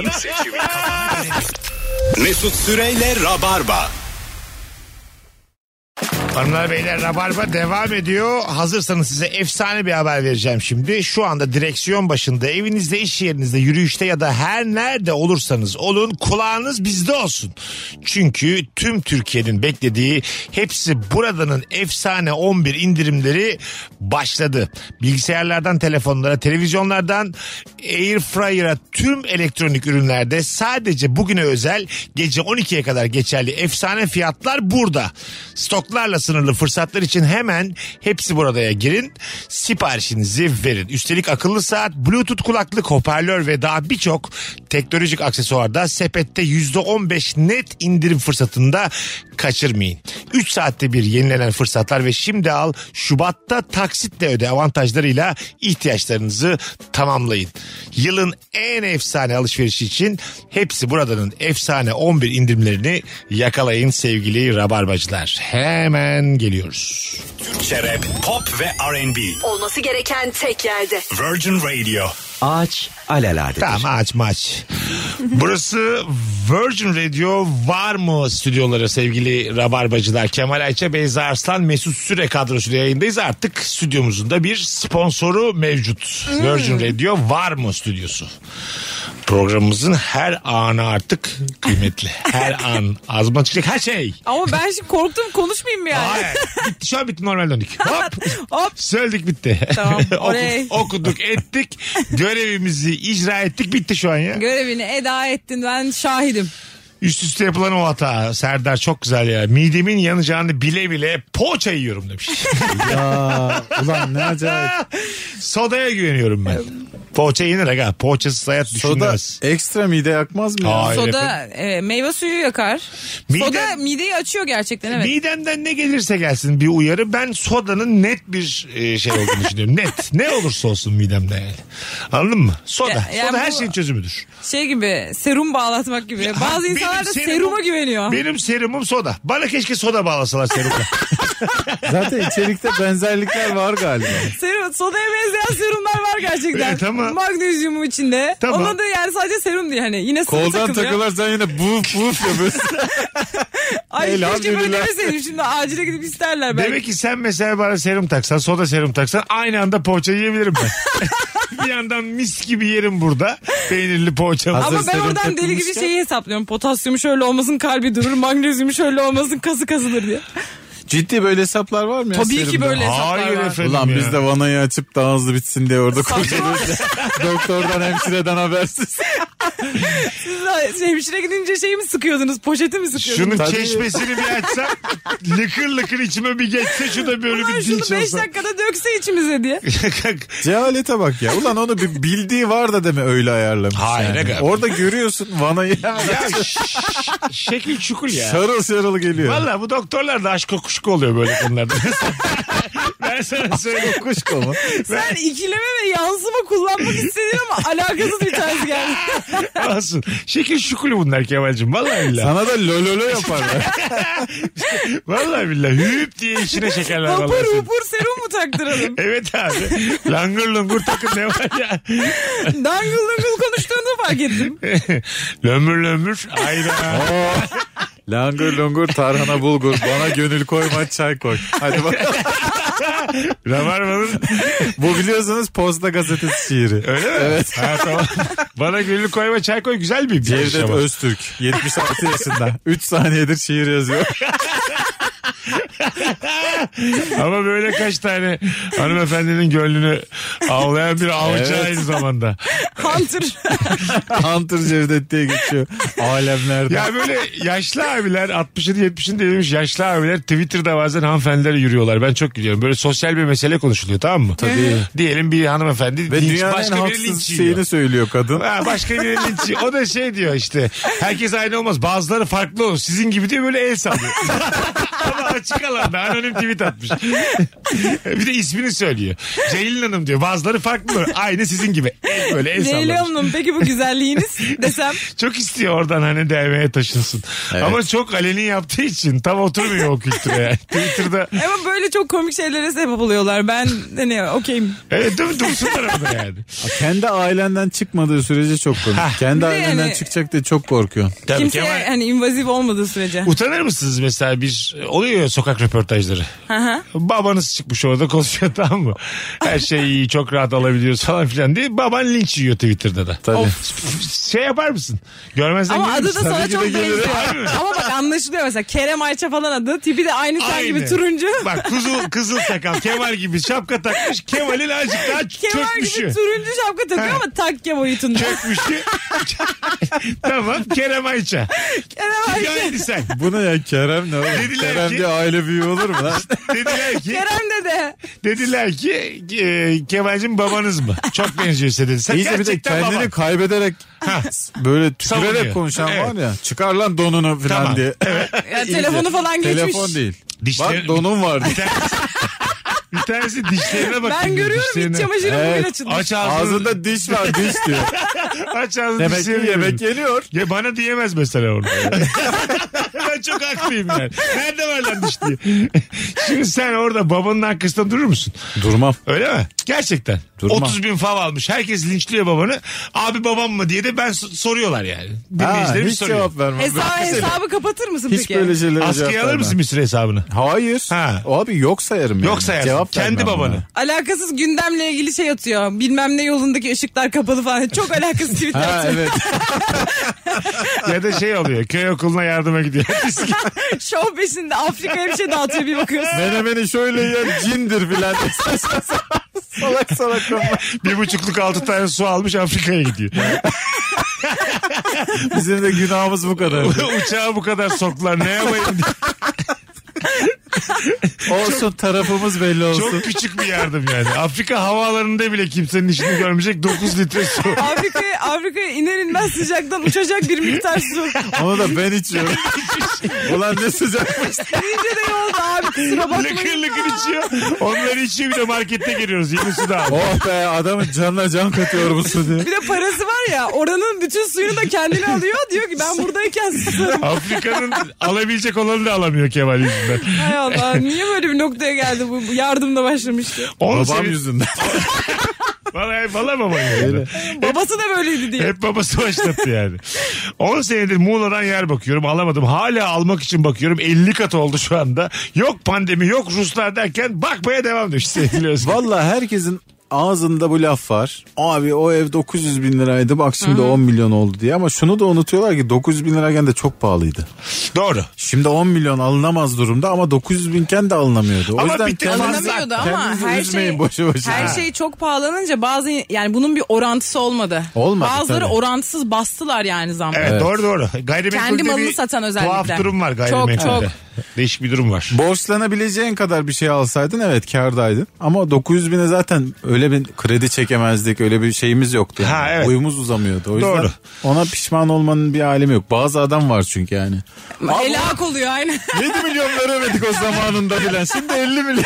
Mesut Süreyle Rabarba. Hanımlar beyler Rabarba devam ediyor. Hazırsanız size efsane bir haber vereceğim şimdi. Şu anda direksiyon başında, evinizde, iş yerinizde, yürüyüşte ya da her nerede olursanız olun kulağınız bizde olsun. Çünkü tüm Türkiye'nin beklediği hepsi buradanın efsane on bir indirimleri başladı. Bilgisayarlardan telefonlara, televizyonlardan Airfryer'a tüm elektronik ürünlerde sadece bugüne özel gece on ikiye kadar geçerli efsane fiyatlar burada. Stoklarla sınırlı fırsatlar için hemen hepsi buradaya girin. Siparişinizi verin. Üstelik akıllı saat, Bluetooth kulaklık, hoparlör ve daha birçok teknolojik aksesuarda sepette yüzde on beş net indirim fırsatında kaçırmayın. üç saatte bir yenilenen fırsatlar ve şimdi al Şubat'ta taksitle öde avantajlarıyla ihtiyaçlarınızı tamamlayın. Yılın en efsane alışverişi için hepsi buradanın efsane on bir indirimlerini yakalayın sevgili rabarbacılar. Hemen geliyoruz. Türkçe rap, pop ve R and B. Olması gereken tek yerde. Virgin Radio. Ağaç alaladedir. Tamam aç maç. Burası Virgin Radio var mı stüdyoları sevgili Rabarbacılar? Kemal Ayça, Beyza Arslan, Mesut Süre kadrosuyla yayındayız. Artık stüdyomuzun da bir sponsoru mevcut. Hmm. Virgin Radio var mı stüdyosu? Programımızın her anı artık kıymetli. Her an ağzıma çıkacak her şey. Ama ben şimdi korktum, konuşmayayım mı yani? Hayır. Bitti, şu an bitti, normal döndük. Hop. Hop. Söyledik bitti. Tamam. Okuduk, okuduk ettik. Görevimizi icra ettik, bitti şu an ya. Görevini eda ettin, ben şahidim. Üst üste yapılan o hata. Serdar çok güzel ya. Midemin yanacağını bile bile poğaça yiyorum demiş. Ya ulan ne acayip. Sodaya güveniyorum ben. Poğaça yenir aga. Poğaçasız hayat Soda düşünülmez. ekstra mide yakmaz mı ya? Hayır Soda e, meyve suyu yakar. Mide- Soda mideyi açıyor gerçekten, evet. Midemden ne gelirse gelsin bir uyarı. Ben sodanın net bir e, şey olduğunu düşünüyorum. Net. Ne olursa olsun midemde yani. Anladın mı? Soda. Ya- yani Soda her bu- şeyin çözümüdür. Şey gibi, serum bağlatmak gibi. Ha, Bazı benim insanlar da serumum- seruma güveniyor. Benim serumum soda. Bana keşke soda bağlasalar serumla. Zaten içerikte benzerlikler var galiba. Serum, sodaya benzeyen serumlar var gerçekten. Evet, tamam. Magnezyumu içinde. Tamam. Ona da yani sadece serum değil hani. Yine sıvı Koldan takılıyor. takılarsan yine buf buf yapıyorsun. Ay keşke böyle Elhamdülillah. demeseydim, şimdi acile gidip isterler belki. Demek ki sen mesela bana serum taksan, soda serum taksan aynı anda poğaça yiyebilirim ben. Bir yandan mis gibi yerim burada. Peynirli poğaçamı. Hazır Ama ben serum oradan deli gibi takılmışken- şeyi hesaplıyorum. Potasyumu şöyle olmasın kalbi durur. Magnezyumu şöyle olmasın kası kasılır diye. Ciddi böyle hesaplar var mı ya? Tabii ki serumda? böyle hesaplar Hayır var. efendim Ulan ya. biz de vanayı açıp daha hızlı bitsin diye orada koşuyoruz. Doktordan hemşireden habersiz. Siz de hemşire gidince şeyi mi sıkıyordunuz? Poşeti mi sıkıyordunuz? Şunun Tabii. çeşmesini bir açsam lıkır lıkır içime bir geçse şu da böyle Ulan bir şunu dinç beş olsa. dakikada dökse içimize diye. Cehalete bak ya. Ulan onu bir bildiği var da deme öyle ayarlamış. Hayır, yani. aga. Orada görüyorsun vanayı. Ya ş- şekil çukur ya. Şarıl şarıl geliyor. Valla bu doktorlar da aşk kokuşku oluyor böyle konularda. Ben sana söyleyeyim. Kuşku mu? Sen ikileme ve yansıma kullanmak istedin ama alakasız bir tanesi geldi. Olsun. Şekil şukulu bunlar Kemal'cim. Vallahi billahi. Sana da lololo yaparlar. Vallahi billahi. Hüp diye içine şekerler Vapur vallahi senin. vapur serum mu taktıralım? Evet abi. Langır lungur takın ne var ya. Dangıl dangıl konuştuğunu fark ettim. Lömür lömür. Aynen. Langır lungur tarhana bulgur. Bana gönül koyma çay koy. Hadi bakalım. Rabarbanın. Bu biliyorsunuz Posta Gazetesi şiiri. Öyle mi? Evet. Ha, tamam. Bana gönül koyma çay koy güzel bir bir Cevdet Öztürk yetmiş altı yaşında. üç saniyedir şiir yazıyor. Ama böyle kaç tane hanımefendinin gönlünü avlayan bir avcı Evet. aynı zamanda. Hunter. Hunter Cevdet diye geçiyor. Alemlerde. Ya böyle yaşlı abiler altmışını yetmişini devirmiş yaşlı abiler Twitter'da bazen hanımefendilere yürüyorlar. Ben çok gülüyorum. Böyle sosyal bir mesele konuşuluyor, tamam mı? Tabii. Diyelim bir hanımefendi Ve linç, dünyanın en başka biri haksız linç yiyor. şeyini söylüyor kadın. Ha, başka biri linç yiyor. O da şey diyor işte. Herkes aynı olmaz. Bazıları farklı olur. Sizin gibi diye böyle el sallıyor. Ama açık alanda anonim tweet atmış. Bir de ismini söylüyor. Ceylin Hanım diyor. Bazıları farklı olur. Aynı sizin gibi. El böyle el Leyla sallamış. Hanım peki bu güzelliğiniz desem. Çok istiyor oradan hani değmeye taşınsın. Evet. Ama çok aleni yaptığı için tam oturmuyor o kültüre yani. Twitter'da Ama böyle çok komik şeylere sebep oluyorlar. Ben hani okeyim. evet değil mi? Dursunlar orada yani. Kendi ailenden çıkmadığı sürece çok komik. Kendi Bir de ailenden yani- çıkacak diye çok korkuyorsun. Tabii Kimseye Kemal, hani invazif olmadığı sürece. utanır mısınız mesela bir oluyor ya sokak röportajları. Hı hı. Babanız çıkmış orada konuşuyor, tamam mı? Her şey iyi, çok rahat alabiliyoruz falan filan diye. Baban linç yiyor Twitter'da da. Tabii. Şey yapar mısın? Görmezden Ama gelir adı da misin? sana Tabii ki çok de gelirim. Harbi mi? benziyor. Ama bak anlaşılıyor mesela. Kerem Ayça falan adı. Tipi de aynı sen Aynı. gibi turuncu. Bak kızıl, kızıl sakal Kemal gibi şapka takmış. Kemal'in azıcık daha Kemal çökmüşü. gibi turuncu şapka takıyor Ha. ama takke boyutunda. Çökmüşü. Tamam Kerem Ayça. Kerem Ayça. Aynı sen. Bu ne ya Kerem ne oğlum? Dediler Kerem ki- diye aile büyüğü olur mu lan? Dediler ki Kerem dede. dediler ki e, Kemal'cim babanız mı? Çok benziyor size dedi. Sen İyice bir de gerçekten kendini baban. kaybederek Ha. böyle Savunuyor. tükürerek konuşan Evet. var ya. Çıkar lan donunu falan Tamam. diye. Ya, telefonu falan geçmiş. Telefon değil. Dişleri- Bak donum var. Bir tanesi, bir tanesi dişlerine bakıyor. Ben görüyorum iç dişlerine. çamaşırı Evet. bugün açılmış. Aç ağzını. Ağzında diş var diş diyor. Aç ağzını Demek ki dişlerini yemek görüyor. yeniyor. Ya bana diyemez mesela orada. Ben çok haklıyım yani. Nerede var lan diş diye. Şimdi sen orada babanın arkasında durur musun? Durmam. Öyle mi? Gerçekten. Durmam. otuz bin fav almış. Herkes linçliyor babanı. Abi babam mı diye de ben so- soruyorlar yani. Ha, Dinleyicilerimiz hiç soruyor. cevap vermem. Hesabı, hesabı kapatır mısın Hiç peki? böyle şeylere cevap Askıya alır vermem. mısın bir süre hesabını? Hayır. Ha. O abi yok sayarım yani. Yok sayarsın. Cevap Kendi vermem babanı. buna. Alakasız gündemle ilgili şey atıyor. Bilmem ne yolundaki ışıklar kapalı falan. Çok alakasız tweetler Ha atıyor. evet. Ya da şey oluyor. Köy okuluna yardıma gidiyor. Şov peşinde Afrika'ya bir şey dağıtıyor bir bakıyorsun. Menemeni şöyle yer cindir filan. salak salak konular. Bir buçukluk altı tane su almış Afrika'ya gidiyor. Bizim de günahımız bu kadar. Uçağı bu kadar soktular. Ne yapayım diye. Olsun tarafımız belli olsun. Çok küçük bir yardım yani. Afrika havaalanında bile kimsenin işini görmeyecek dokuz litre su. Afrika'ya Afrika'ya iner inmez sıcaktan uçacak bir miktar su. Onu da ben içiyorum. Ulan ne sıcakmış. İyice de yolda abi kusura Lıkır bakmayın. lıkır içiyor. Onları içiyor bir de markette giriyoruz. Yeni su da aldı. Oh be adamın canına can katıyor bu su diye. Bir de parası var ya oranın bütün suyunu da kendine alıyor. Diyor ki ben buradayken susarım. Afrika'nın alabilecek olanı da alamıyor Kemal yüzünden. Hay Allah niye böyle bir noktaya geldi bu bu yardım da başlamıştı. On Babam sene- yüzünden. Vallahi valla baban yani. Babası da böyleydi diye. Hep babası başlattı yani. on senedir Muğla'dan yer bakıyorum alamadım. Hala almak için bakıyorum. elli kat oldu şu anda. Yok pandemi yok Ruslar derken bakmaya devam ediyor. Sevgili Özgür. Valla herkesin ağzında bu laf var. Abi o ev dokuz yüz bin liraydı bak şimdi on milyon oldu diye. Ama şunu da unutuyorlar ki dokuz yüz bin lirayken de çok pahalıydı. Doğru. Şimdi on milyon alınamaz durumda ama dokuz yüz binken de alınamıyordu. O Ama yüzden bir tek kendinizi- Alınamıyordu ama kendinizi her üzmeyin şey boşu boşuna. her şey çok pahalanınca bazı yani bunun bir orantısı olmadı. Olmadı, Bazıları tabii. orantısız bastılar yani zammı. Evet, Evet. doğru doğru. Gayrimenkulde Kendi malını bir satan özellikle. tuhaf durum var gayrimenkulde. Çok, çok. Değişik bir durum var. Borçlanabileceğin kadar bir şey alsaydın evet kârdaydın. Ama dokuz yüz bine zaten öyle bir kredi çekemezdik öyle bir şeyimiz yoktu. Yani. Ha, evet. Boyumuz uzamıyordu. O yüzden Doğru. ona pişman olmanın bir alemi yok. Bazı adam var çünkü yani. Helak oluyor aynen. yedi milyonları ödedik o zamanında filan. Şimdi elli milyon.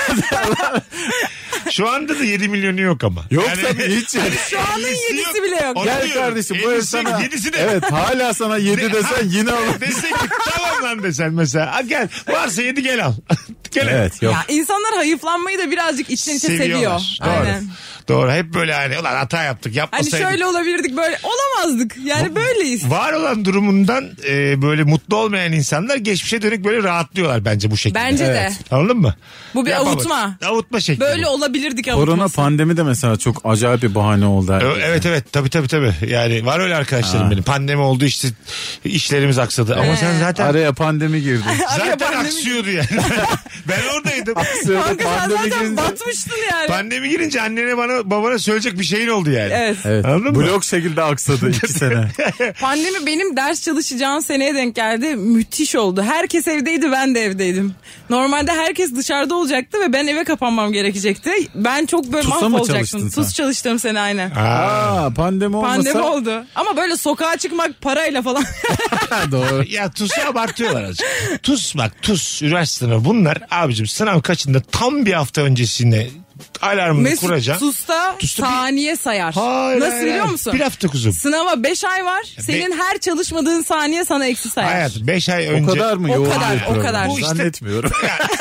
Şu anda da yedi milyonu yok ama. Yok tabii hiç. Şu anın ellisi yedisi bile yok. Onu Gel diyorum. kardeşim bu ev Ellisi, sana. yedisi de. Evet hala sana yedi De- desen yine alır. Desek ki tamam lan desen mesela. Ha, gel varsa yedi gel al. Gel al. Evet yok. Ya insanlar hayıflanmayı da birazcık içten içe seviyor. Seviyorlar. Doğru. Aynen. Doğru. Hep böyle hani ulan hata yaptık Hani yapmasaydık. şöyle olabilirdik böyle olamazdık. Yani böyleyiz. Var olan durumundan e, böyle mutlu olmayan insanlar geçmişe dönük böyle rahatlıyorlar bence bu şekilde. Bence Evet. de. Anladın mı? Bu bir Yapamadık. avutma. Avutma şekli. Böyle bu. olabilirdik Korona avutması. pandemi de mesela çok acayip bir bahane oldu. Ö- herkese. Evet evet tabii tabii tabii. Yani var öyle arkadaşlarım Ha. benim. Pandemi oldu işte işlerimiz aksadı. Ama sen zaten Araya pandemi girdi. Araya zaten pandemi- aksıyordu yani. Ben oradaydım. Sırada Kanka sen pandemi zaten girince. batmıştın yani. Pandemi girince annene bana babana söyleyecek bir şeyin oldu yani. Evet. Evet. Anladın mı? Blok şekilde aksadı iki sene. Pandemi benim ders çalışacağım seneye denk geldi. Müthiş oldu. Herkes evdeydi, ben de evdeydim. Normalde herkes dışarıda olacaktı ve ben eve kapanmam gerekecekti. Ben çok böyle TUS'a mı mahvolacaktım. çalıştın sen? TUS çalıştığım sene aynen. Aa pandemi olmasa. Pandemi oldu. Ama böyle sokağa çıkmak parayla falan. Doğru. Ya TUS'u abartıyorlar azıcık. TUS bak TUS üniversite sınavı bunlar abicim sınav kaçında tam bir hafta öncesine alarmını Mesut kuracaksın. TUS'ta TUS'ta bir- saniye sayar. Hayır, Nasıl hayır, biliyor hayır. musun? Bir hafta kuzum. Sınava beş ay var. Senin her çalışmadığın saniye sana eksi sayar. Hayat beş ay önce. O kadar mı O yoğun kadar, bir o program? kadar. Bu işte- Zannetmiyorum.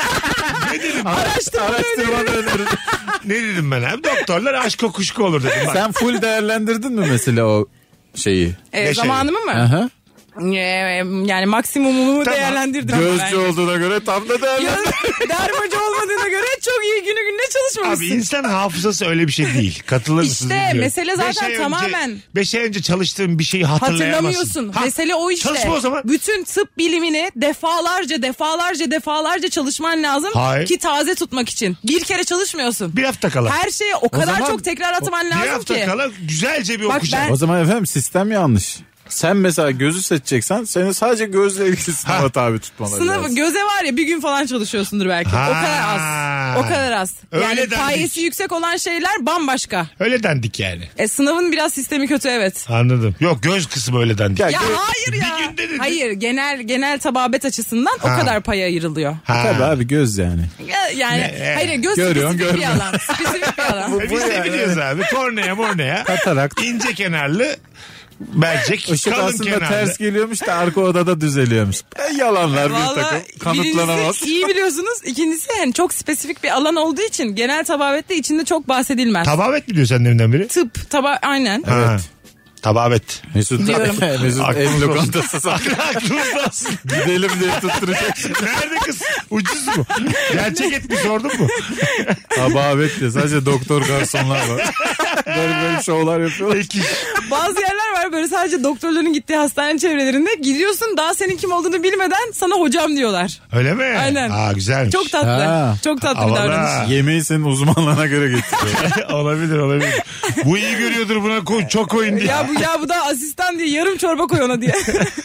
Ne dedim? Araştırma Araştırmanı öneririm. Ne dedim ben abi? Doktorlar aşk kokuşku olur dedim. Bak. Sen full değerlendirdin mi mesela o şeyi? E, Beş ay. zamanımı mı? Aha. E, yani maksimumumu Tamam. değerlendirdim. Gözcü ben. olduğuna göre tam da değerlendirdin. Göz, dermacı olmadığına göre çok iyi günü gününe Abi çalışmamışsın. insan hafızası öyle bir şey değil. Katılır mısınız? İşte bilmiyorum. mesele zaten Beş ay önce- tamamen- Beş ay önce çalıştığın bir şeyi hatırlayamazsın. Hatırlamıyorsun. Ha, Mesele o işte. Çalışma o zaman. Bütün tıp bilimini defalarca defalarca defalarca çalışman lazım Hayır. ki taze tutmak için. Bir kere çalışmıyorsun. Bir hafta kala. Her şeyi o kadar zaman- çok tekrar atman bir lazım hafta ki. kala güzelce bir Bak okuyacaksın. ben- O zaman efendim sistem yanlış. Sen mesela gözü seçeceksen seni sadece gözle ilgili sınava Ha. tabi tutmaları Sınavı lazım. göze var ya bir gün falan çalışıyorsundur belki. Ha. O kadar az. O kadar az. Öyle yani dendik. payesi yüksek olan şeyler bambaşka. Öyle dendik yani. E, sınavın biraz sistemi kötü evet. Anladım. Yok göz kısmı öyle dendik. Ya, Ya gö- hayır ya. Bir günde dedin. Hayır genel genel tababet açısından Ha. o kadar pay ayrılıyor. Ha. Tabii abi göz yani. Ya- Yani Ne? hayır göz Görüyorsun, spesifik bir görmüyorsun. alan. Spesifik bir alan. E biz de biliyoruz abi. Kornea mornea. Katarakt. İnce kenarlı Mercek. Işık kalın aslında kenarda. ters geliyormuş da arka odada düzeliyormuş. E, yalanlar bir takım. Vallahi Kanıtlanamaz. birincisi iyi biliyorsunuz. İkincisi yani çok spesifik bir alan olduğu için genel tabavette içinde çok bahsedilmez. Tababet mi diyor senin evinden biri? Tıp, taba aynen. Ha. Tababet. Mesut, Diyorum. Mesut Aklımda ev olsun. lokantası sat. Aklımda olsun. Gidelim diye tutturacak. Nerede kız? Ucuz mu? Gerçek et mi sordun mu? Tababet diye sadece doktor garsonlar var. Böyle böyle şovlar yapıyorlar. Peki. Bazı yerler var böyle sadece doktorların gittiği hastane çevrelerinde. Gidiyorsun daha senin kim olduğunu bilmeden sana hocam diyorlar. Öyle mi? Aynen. Aa güzelmiş. Çok tatlı. Ha. Çok tatlı Havalı bir davranış. ha. Yemeği senin uzmanlığına göre getiriyor. olabilir olabilir. Bu iyi görüyordur buna koy, çok koyun diye. Ya bu ya bu da asistan diye yarım çorba koy ona diye.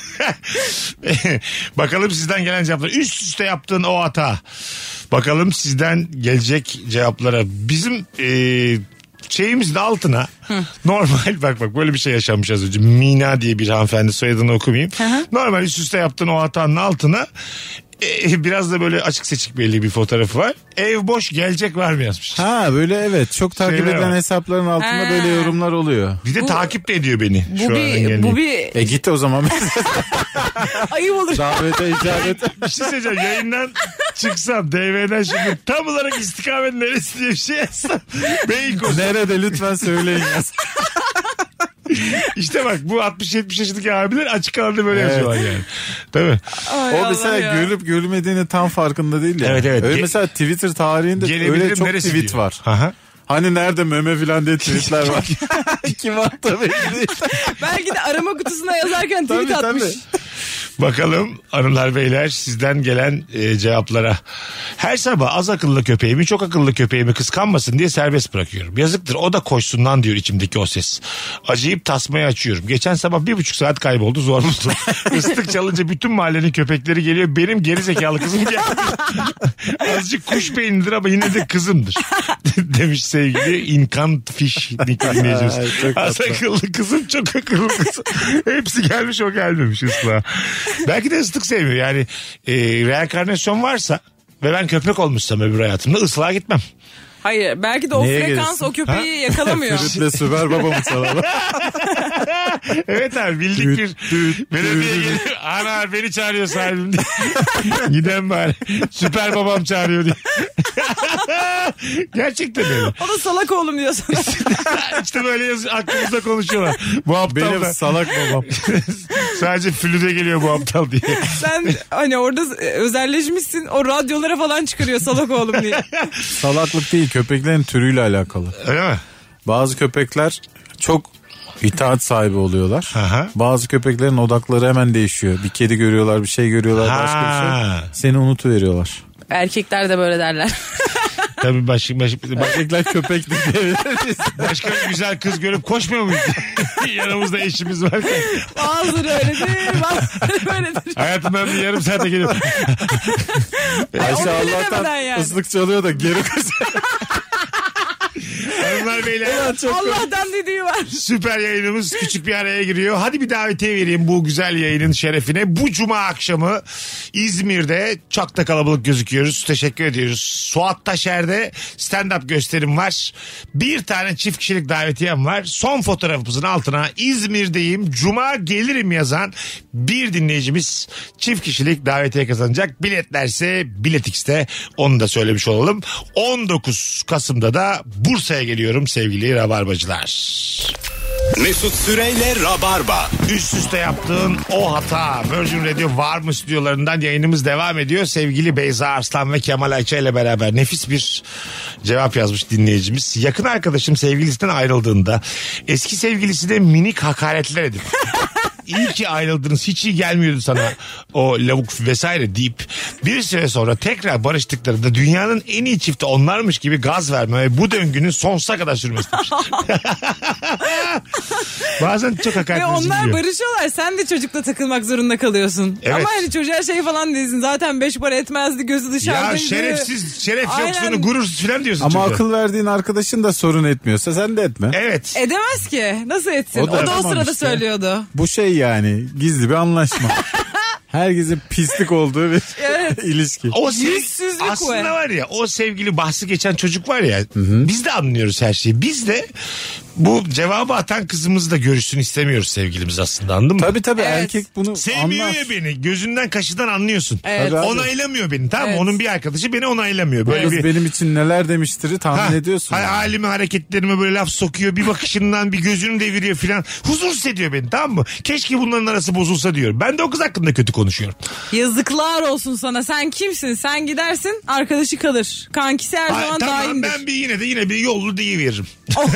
Bakalım sizden gelen cevaplar. Üst üste yaptığın o hata. Bakalım sizden gelecek cevaplara. Bizim e, şeyimizin altına normal bak bak böyle bir şey yaşanmış az önce. Mina diye bir hanımefendi, soyadını okumayayım. Normal üst üste yaptığın o hatanın altına e, biraz da böyle açık seçik belli bir fotoğrafı var. Ev boş, gelecek var mı yazmış. Ha böyle evet çok takip Şeyler edilen var. hesapların altında Ha. böyle yorumlar oluyor. Bir de Bu- takip de ediyor beni. Bu şu an bir engelleyip. bu bir E git o zaman. ayıp olur. Davete icabet. Bir şey söyleyeceğim. Yayından çıksam D V'den şimdi tam olarak istikamet neresi diye bir şey yazsam. Beykoz. Nerede lütfen söyleyin yaz. İşte bak bu altmış yetmiş yaşındaki abiler açık alanda böyle Evet. yazıyorlar yani. Değil mi? Ay O Allah mesela ya. görüp görülmediğini tam farkında değil ya. Evet, evet. Öyle Ge- mesela Twitter tarihinde öyle Gelebilirim çok neresi tweet diyor. var. Aha. Hani nerede meme filan diye tweetler var. Kim attı belli değil. Belki de arama kutusuna yazarken tweet Tabii, atmış. tabii. Bakalım hanımlar beyler sizden gelen e, cevaplara. Her sabah az akıllı köpeğimi çok akıllı köpeğimi kıskanmasın diye serbest bırakıyorum. Yazıktır o da koşsun lan diyor içimdeki o ses. Acıyıp tasmayı açıyorum. Geçen sabah bir buçuk saat kayboldu zor buldu. Islık çalınca bütün mahallenin köpekleri geliyor. Benim geri zekalı kızım geldi. Azıcık kuş beynidir ama yine de kızımdır. Demiş sevgili Inkant Fish dinleyicimiz. Ay, çok Az tatlı. akıllı kızım çok akıllı kızım. Hepsi gelmiş o gelmemiş ıslığa. Belki de ıslık sevmiyor. Yani e, reenkarnasyon varsa ve ben köpek olmuşsam öbür hayatımda ıslığa gitmem. Hayır belki de o Neye frekans gelirsin? o köpeği yakalamıyor. Fritle Süper Baba mı çalalım? Evet abi bildik bir belediye geliyor. Ana beni çağırıyor sahibim diye. Giden bari. Süper babam çağırıyor diye. Gerçekten öyle. O da salak oğlum diyor sana. İşte böyle yaz, aklımızda konuşuyorlar. Bu aptal Benim da salak babam. sadece flüde geliyor bu aptal diye. Sen hani orada özelleşmişsin o radyolara falan çıkarıyor salak oğlum diye. Salaklık değil köpeklerin türüyle alakalı. Öyle mi? Bazı köpekler çok itaat sahibi oluyorlar. Aha. Bazı köpeklerin odakları hemen değişiyor. Bir kedi görüyorlar, bir şey görüyorlar, başka bir Ha. şey. Seni unutuveriyorlar. Erkekler de böyle derler. Tabii başka, başka, başka, Erkekler köpek diyebiliriz. başka bir güzel kız görüp koşmuyor muyuz? Yanımızda eşimiz varken. Bazıları öyledir bazıları böyledir. Hayatımdan bir yarım saate geliyor. Ayşe onu Allah'tan bilemeden yani. ıslık çalıyor da geri kaçıyor. Hanımlar beyler. Allah'tan dediği var. Süper yayınımız küçük bir araya giriyor. Hadi bir davetiye vereyim bu güzel yayının şerefine. Bu cuma akşamı İzmir'de çok da kalabalık gözüküyoruz. Teşekkür ediyoruz. Suat Taşer'de stand-up gösterim var. Bir tane çift kişilik davetiyem var. Son fotoğrafımızın altına İzmir'deyim, cuma gelirim yazan bir dinleyicimiz çift kişilik davetiye kazanacak. Biletlerse Bilet X'te, onu da söylemiş olalım. on dokuz Kasım'da da Bursa'ya geliyorum sevgili Rabarbacılar. Mesut Süreyle Rabarba. Üst üste yaptığın o hata. Virgin Radio var mı stüdyolarından yayınımız devam ediyor. Sevgili Beyza Arslan ve Kemal Ayça ile beraber nefis bir cevap yazmış dinleyicimiz. Yakın arkadaşım sevgilisinden ayrıldığında eski sevgilisine minik hakaretler edip İyi ki ayrıldınız, hiç iyi gelmiyordu sana o lavuk vesaire deyip bir süre sonra tekrar barıştıklarında dünyanın en iyi çifti onlarmış gibi gaz verme ve bu döngünün sonsuza kadar sürmesi demiş. Bazen çok hakaret Ve onlar ediliyor. barışıyorlar. Sen de çocukla takılmak zorunda kalıyorsun. Evet. Ama hani çocuğa şey falan değilsin. Zaten beş para etmezdi, gözü Ya dışarıdaydı. şerefsiz, şeref Aynen. yoksunu, gurursuz falan diyorsun. Ama çocuğa. akıl verdiğin arkadaşın da sorun etmiyorsa sen de etme. Evet. Edemez ki. Nasıl etsin? O O da da o, yapamam sırada işte. söylüyordu. Bu şey yani gizli bir anlaşma. Herkesin pislik olduğu bir Evet. ilişki. O sev- Yüzsüzlük aslında ve- var ya o sevgili bahsi geçen çocuk var ya biz de anlıyoruz her şeyi. Biz de Bu cevabı atan kızımızı da görüşsün istemiyoruz sevgilimiz aslında, anladın mı? Tabii tabii Evet. erkek bunu Sevmiyor anlar. ya beni. Gözünden kaşıdan anlıyorsun. Evet. Tabii abi. Onaylamıyor beni, tamam mı? Evet. Onun bir arkadaşı beni onaylamıyor. Böyle Kız bir... benim için neler demiştir tahmin Ha, ediyorsun. ha- yani. halime hareketlerime böyle laf sokuyor. Bir bakışından bir gözünü deviriyor filan. Huzursuz ediyor beni, tamam mı? Keşke bunların arası bozulsa diyorum. Ben de o kız hakkında kötü konuşuyorum. Yazıklar olsun sana. Sen kimsin? Sen gidersin, arkadaşı kalır. Kankisi her Ha, zaman tamam, daimdir. ben bir yine de yine bir yollu deyiveririm.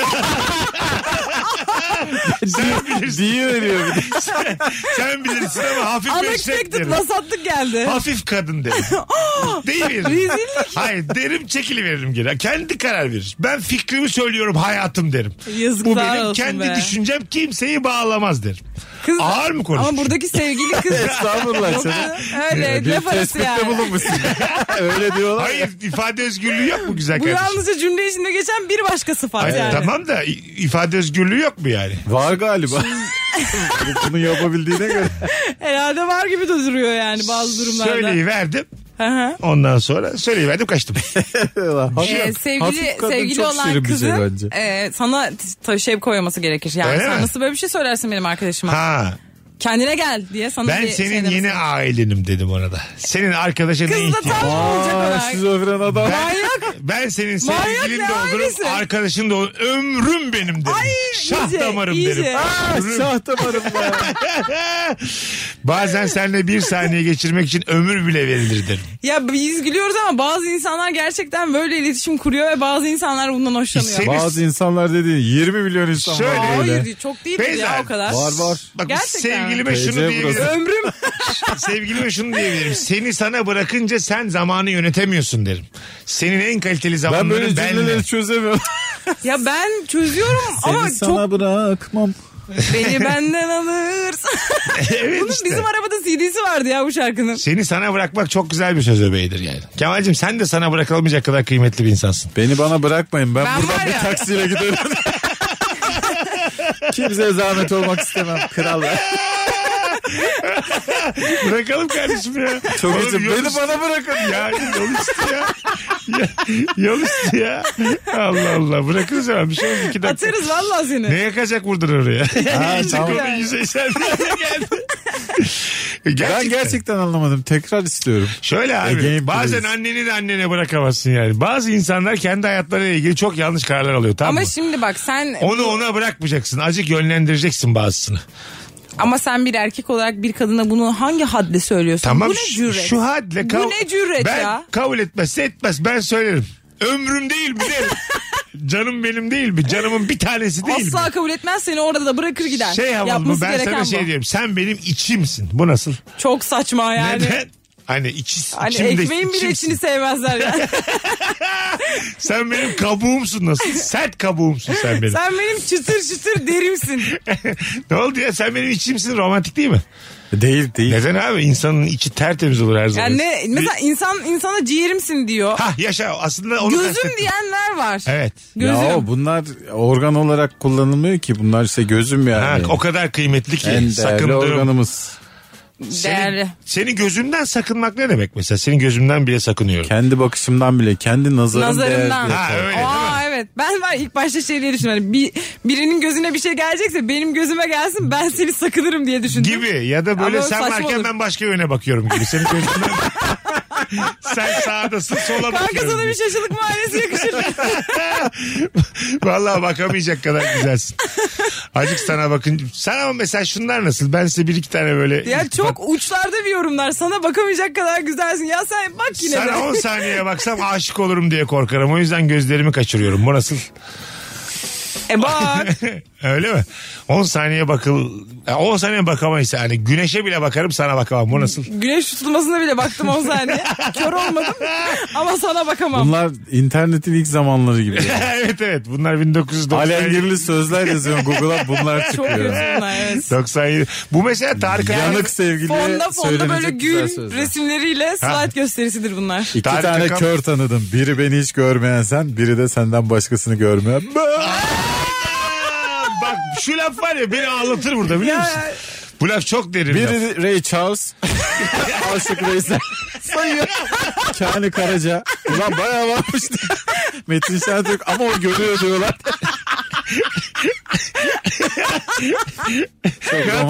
Sen bilirsin. Diye veriyor bir de. sen, sen bilirsin ama hafif eşek Unexpected derim. vasatlık geldi. Hafif kadın derim. Deyiveririm. Rezillik. Hayır derim, çekiliveririm geri. Kendi karar verir. Ben fikrimi söylüyorum hayatım derim. Yazıklar Bu benim olsun kendi be. düşüncem, kimseyi bağlamaz derim. Kız, Ağır mı konuşmuş? ama buradaki sevgili kız. Estağfurullah Yok, canım. öyle Bir laf arası tespitte yani. bulunmuşsun. Öyle diyorlar. Hayır, ifade özgürlüğü yok mu güzel Bu kardeşim? yalnızca cümle içinde geçen bir başka sıfat Hayır, yani. tamam da i- ifade özgürlüğü yok mu yani? Var galiba. Bu- Bunu yapabildiğine göre. Herhalde var gibi de duruyor yani bazı durumlarda. Söyleyiverdim. Hı hı. Ondan sonra söyleyiverdim, kaçtım. Hafif- Ee, hafif sevgili kadın sevgili çok olan şirin bir şey kızın bence. e, sana t- şey koyması gerekir. Yani Öyle sen mi? nasıl böyle bir şey söylersin benim arkadaşıma? Ha, Kendine gel diye sana ben bir senin şey yeni demesi. ailenim dedim ona da. Senin arkadaşa ne Kız da ihtiyacın? tam olacak Aa, olarak. şizofren adam. Manyak. Ben senin Manyak sevgilin ne de olurum, ailesi? arkadaşın da olurum. Ömrüm benim derim. Ay, Şah iyice, damarım iyice. derim. Aa, Ömrüm. şah damarım be. Bazen seninle bir saniye geçirmek için ömür bile verilir derim. Ya biz gülüyoruz ama bazı insanlar gerçekten böyle iletişim kuruyor ve bazı insanlar bundan hoşlanıyor. Seni- Bazı insanlar dediğin yirmi milyon insan Şöyle. var öyle. Hayır çok değil Beyza, ya o kadar. Var var. Bak Gerçekten. sevgilime T C şunu burası. diyebilirim. Ömrüm. Sevgilime şunu diyebilirim. Seni sana bırakınca sen zamanı yönetemiyorsun derim. Senin en kaliteli Ben böyle zamanların benle. cümleleri çözemiyorum. Ya ben çözüyorum ama Seni sana çok bırakmam. beni benden alırsın. Evet Bunun işte. bizim arabada C D'si vardı ya bu şarkının. Seni sana bırakmak çok güzel bir söz öbeğidir yani. Kemal'cim sen de sana bırakılamayacak kadar kıymetli bir insansın. Beni bana bırakmayın. Ben, Ben buradan var bir ya- taksiyle giderim. Kimseye zahmet olmak istemem. Kral. Bırakalım kardeşim ya. Çok Oğlum, üzüm. yol Beni üstü- bana bırakın. Ya yol üstü ya. ya. Yol üstü ya. Allah Allah. Bırakırız hemen bir şey olmaz. iki dakika. Atarız vallahi seni. Ne yakacak buradan oraya? Ha, İyice tamam. konu yüzeysel bir yere geldi. Gerçekten. Ben gerçekten anlamadım. Tekrar istiyorum. Şöyle abi Again, bazen please. anneni de annene bırakamazsın yani. Bazı insanlar kendi hayatlarıyla ilgili çok yanlış kararlar alıyor, tamam Ama mı? şimdi bak sen Onu ona bırakmayacaksın. Azıcık yönlendireceksin bazısını. ama sen bir erkek olarak bir kadına bunu hangi hadle söylüyorsun? Tamam Bu ne şu- cüret? Şu hadle kav- Bu ne cüret ben ya? kabul etmezse etmez, ben söylerim. Ömrüm değil mi derim. Canım benim değil mi? Canımın bir tanesi değil mi? Asla kabul etmez seni orada da bırakır gider. Şey havalı mı? Yapması Ben gereken sana şey bu. diyorum. Sen benim içimsin. Bu nasıl? Çok saçma yani. Neden? Hani içi, Hani içimde ekmeğin bile içimsin. içini sevmezler yani. Sen benim kabuğumsun nasıl? Sert kabuğumsun sen benim. Sen benim çıtır çıtır derimsin. Ne oldu ya? Sen benim içimsin. Romantik değil mi? Değil değil. Neden abi? İnsanın içi tertemiz olur her zaman. Yani ne, mesela insan insana ciğerimsin diyor. Ha yaşa, aslında onu Gözüm kastettim. diyenler var. Evet. Gözüm. Ya o bunlar organ olarak kullanılmıyor ki. Bunlar işte gözüm yani. Ha, o kadar kıymetli ki. en değerli sakındığım. organımız. Değerli. Seni, seni gözümden sakınmak ne demek mesela? Senin gözümden bile sakınıyorum. Kendi bakışımdan bile, kendi nazarım Nazarımdan. değerli. Ha öyle Aa değil mi? evet. Ben var ilk başta şey diye düşünüyorum. Hani bir, birinin gözüne bir şey gelecekse benim gözüme gelsin ben seni sakınırım diye düşündüm. Gibi ya da böyle Ama sen saçma varken olur. ben başka yöne bakıyorum gibi. Senin gözünden sen sağdasın, sola Kanka bakıyorum. sana gibi. bir şaşılık mahallesi yakışır. Vallahi bakamayacak kadar güzelsin. Azıcık sana bakın. Sen ama mesela şunlar nasıl? Ben size bir iki tane böyle... Ya çok uçlarda bir yorumlar. Sana bakamayacak kadar güzelsin. Ya sen bak yine de. Sana on saniye baksam aşık olurum diye korkarım. O yüzden gözlerimi kaçırıyorum. Bu nasıl? E bak. Öyle mi? on saniye bakıl... on saniye bakamayız. Yani güneşe bile bakarım, sana bakamam. Bu nasıl? Güneş tutulmasına bile baktım on saniye. Kör olmadım ama sana bakamam. Bunlar internetin ilk zamanları gibi. evet evet. Bunlar bin dokuz yüz doksan yedi. Alengirli sözler yazıyorum Google'a, bunlar Çok çıkıyor. kötü bunlar evet. doksan yedi. Bu mesela Tarık Akan... Yanık sevgiliye Fonda fonda böyle söylenecek güzel gül sözler. resimleriyle slide gösterisidir bunlar. İki Tarık tane Akan- kör tanıdım. Biri beni hiç görmeyen sen, biri de senden başkasını görmeyen. Bak şu laf var ya, beni ağlatır burada, biliyor musun? Bu laf çok derin laf. Biri Ray Charles. Aşık Veysel. Sayıyor. Kani Karaca. Ulan bayağı varmış. Metin Şentürk ama o görüyor diyorlar.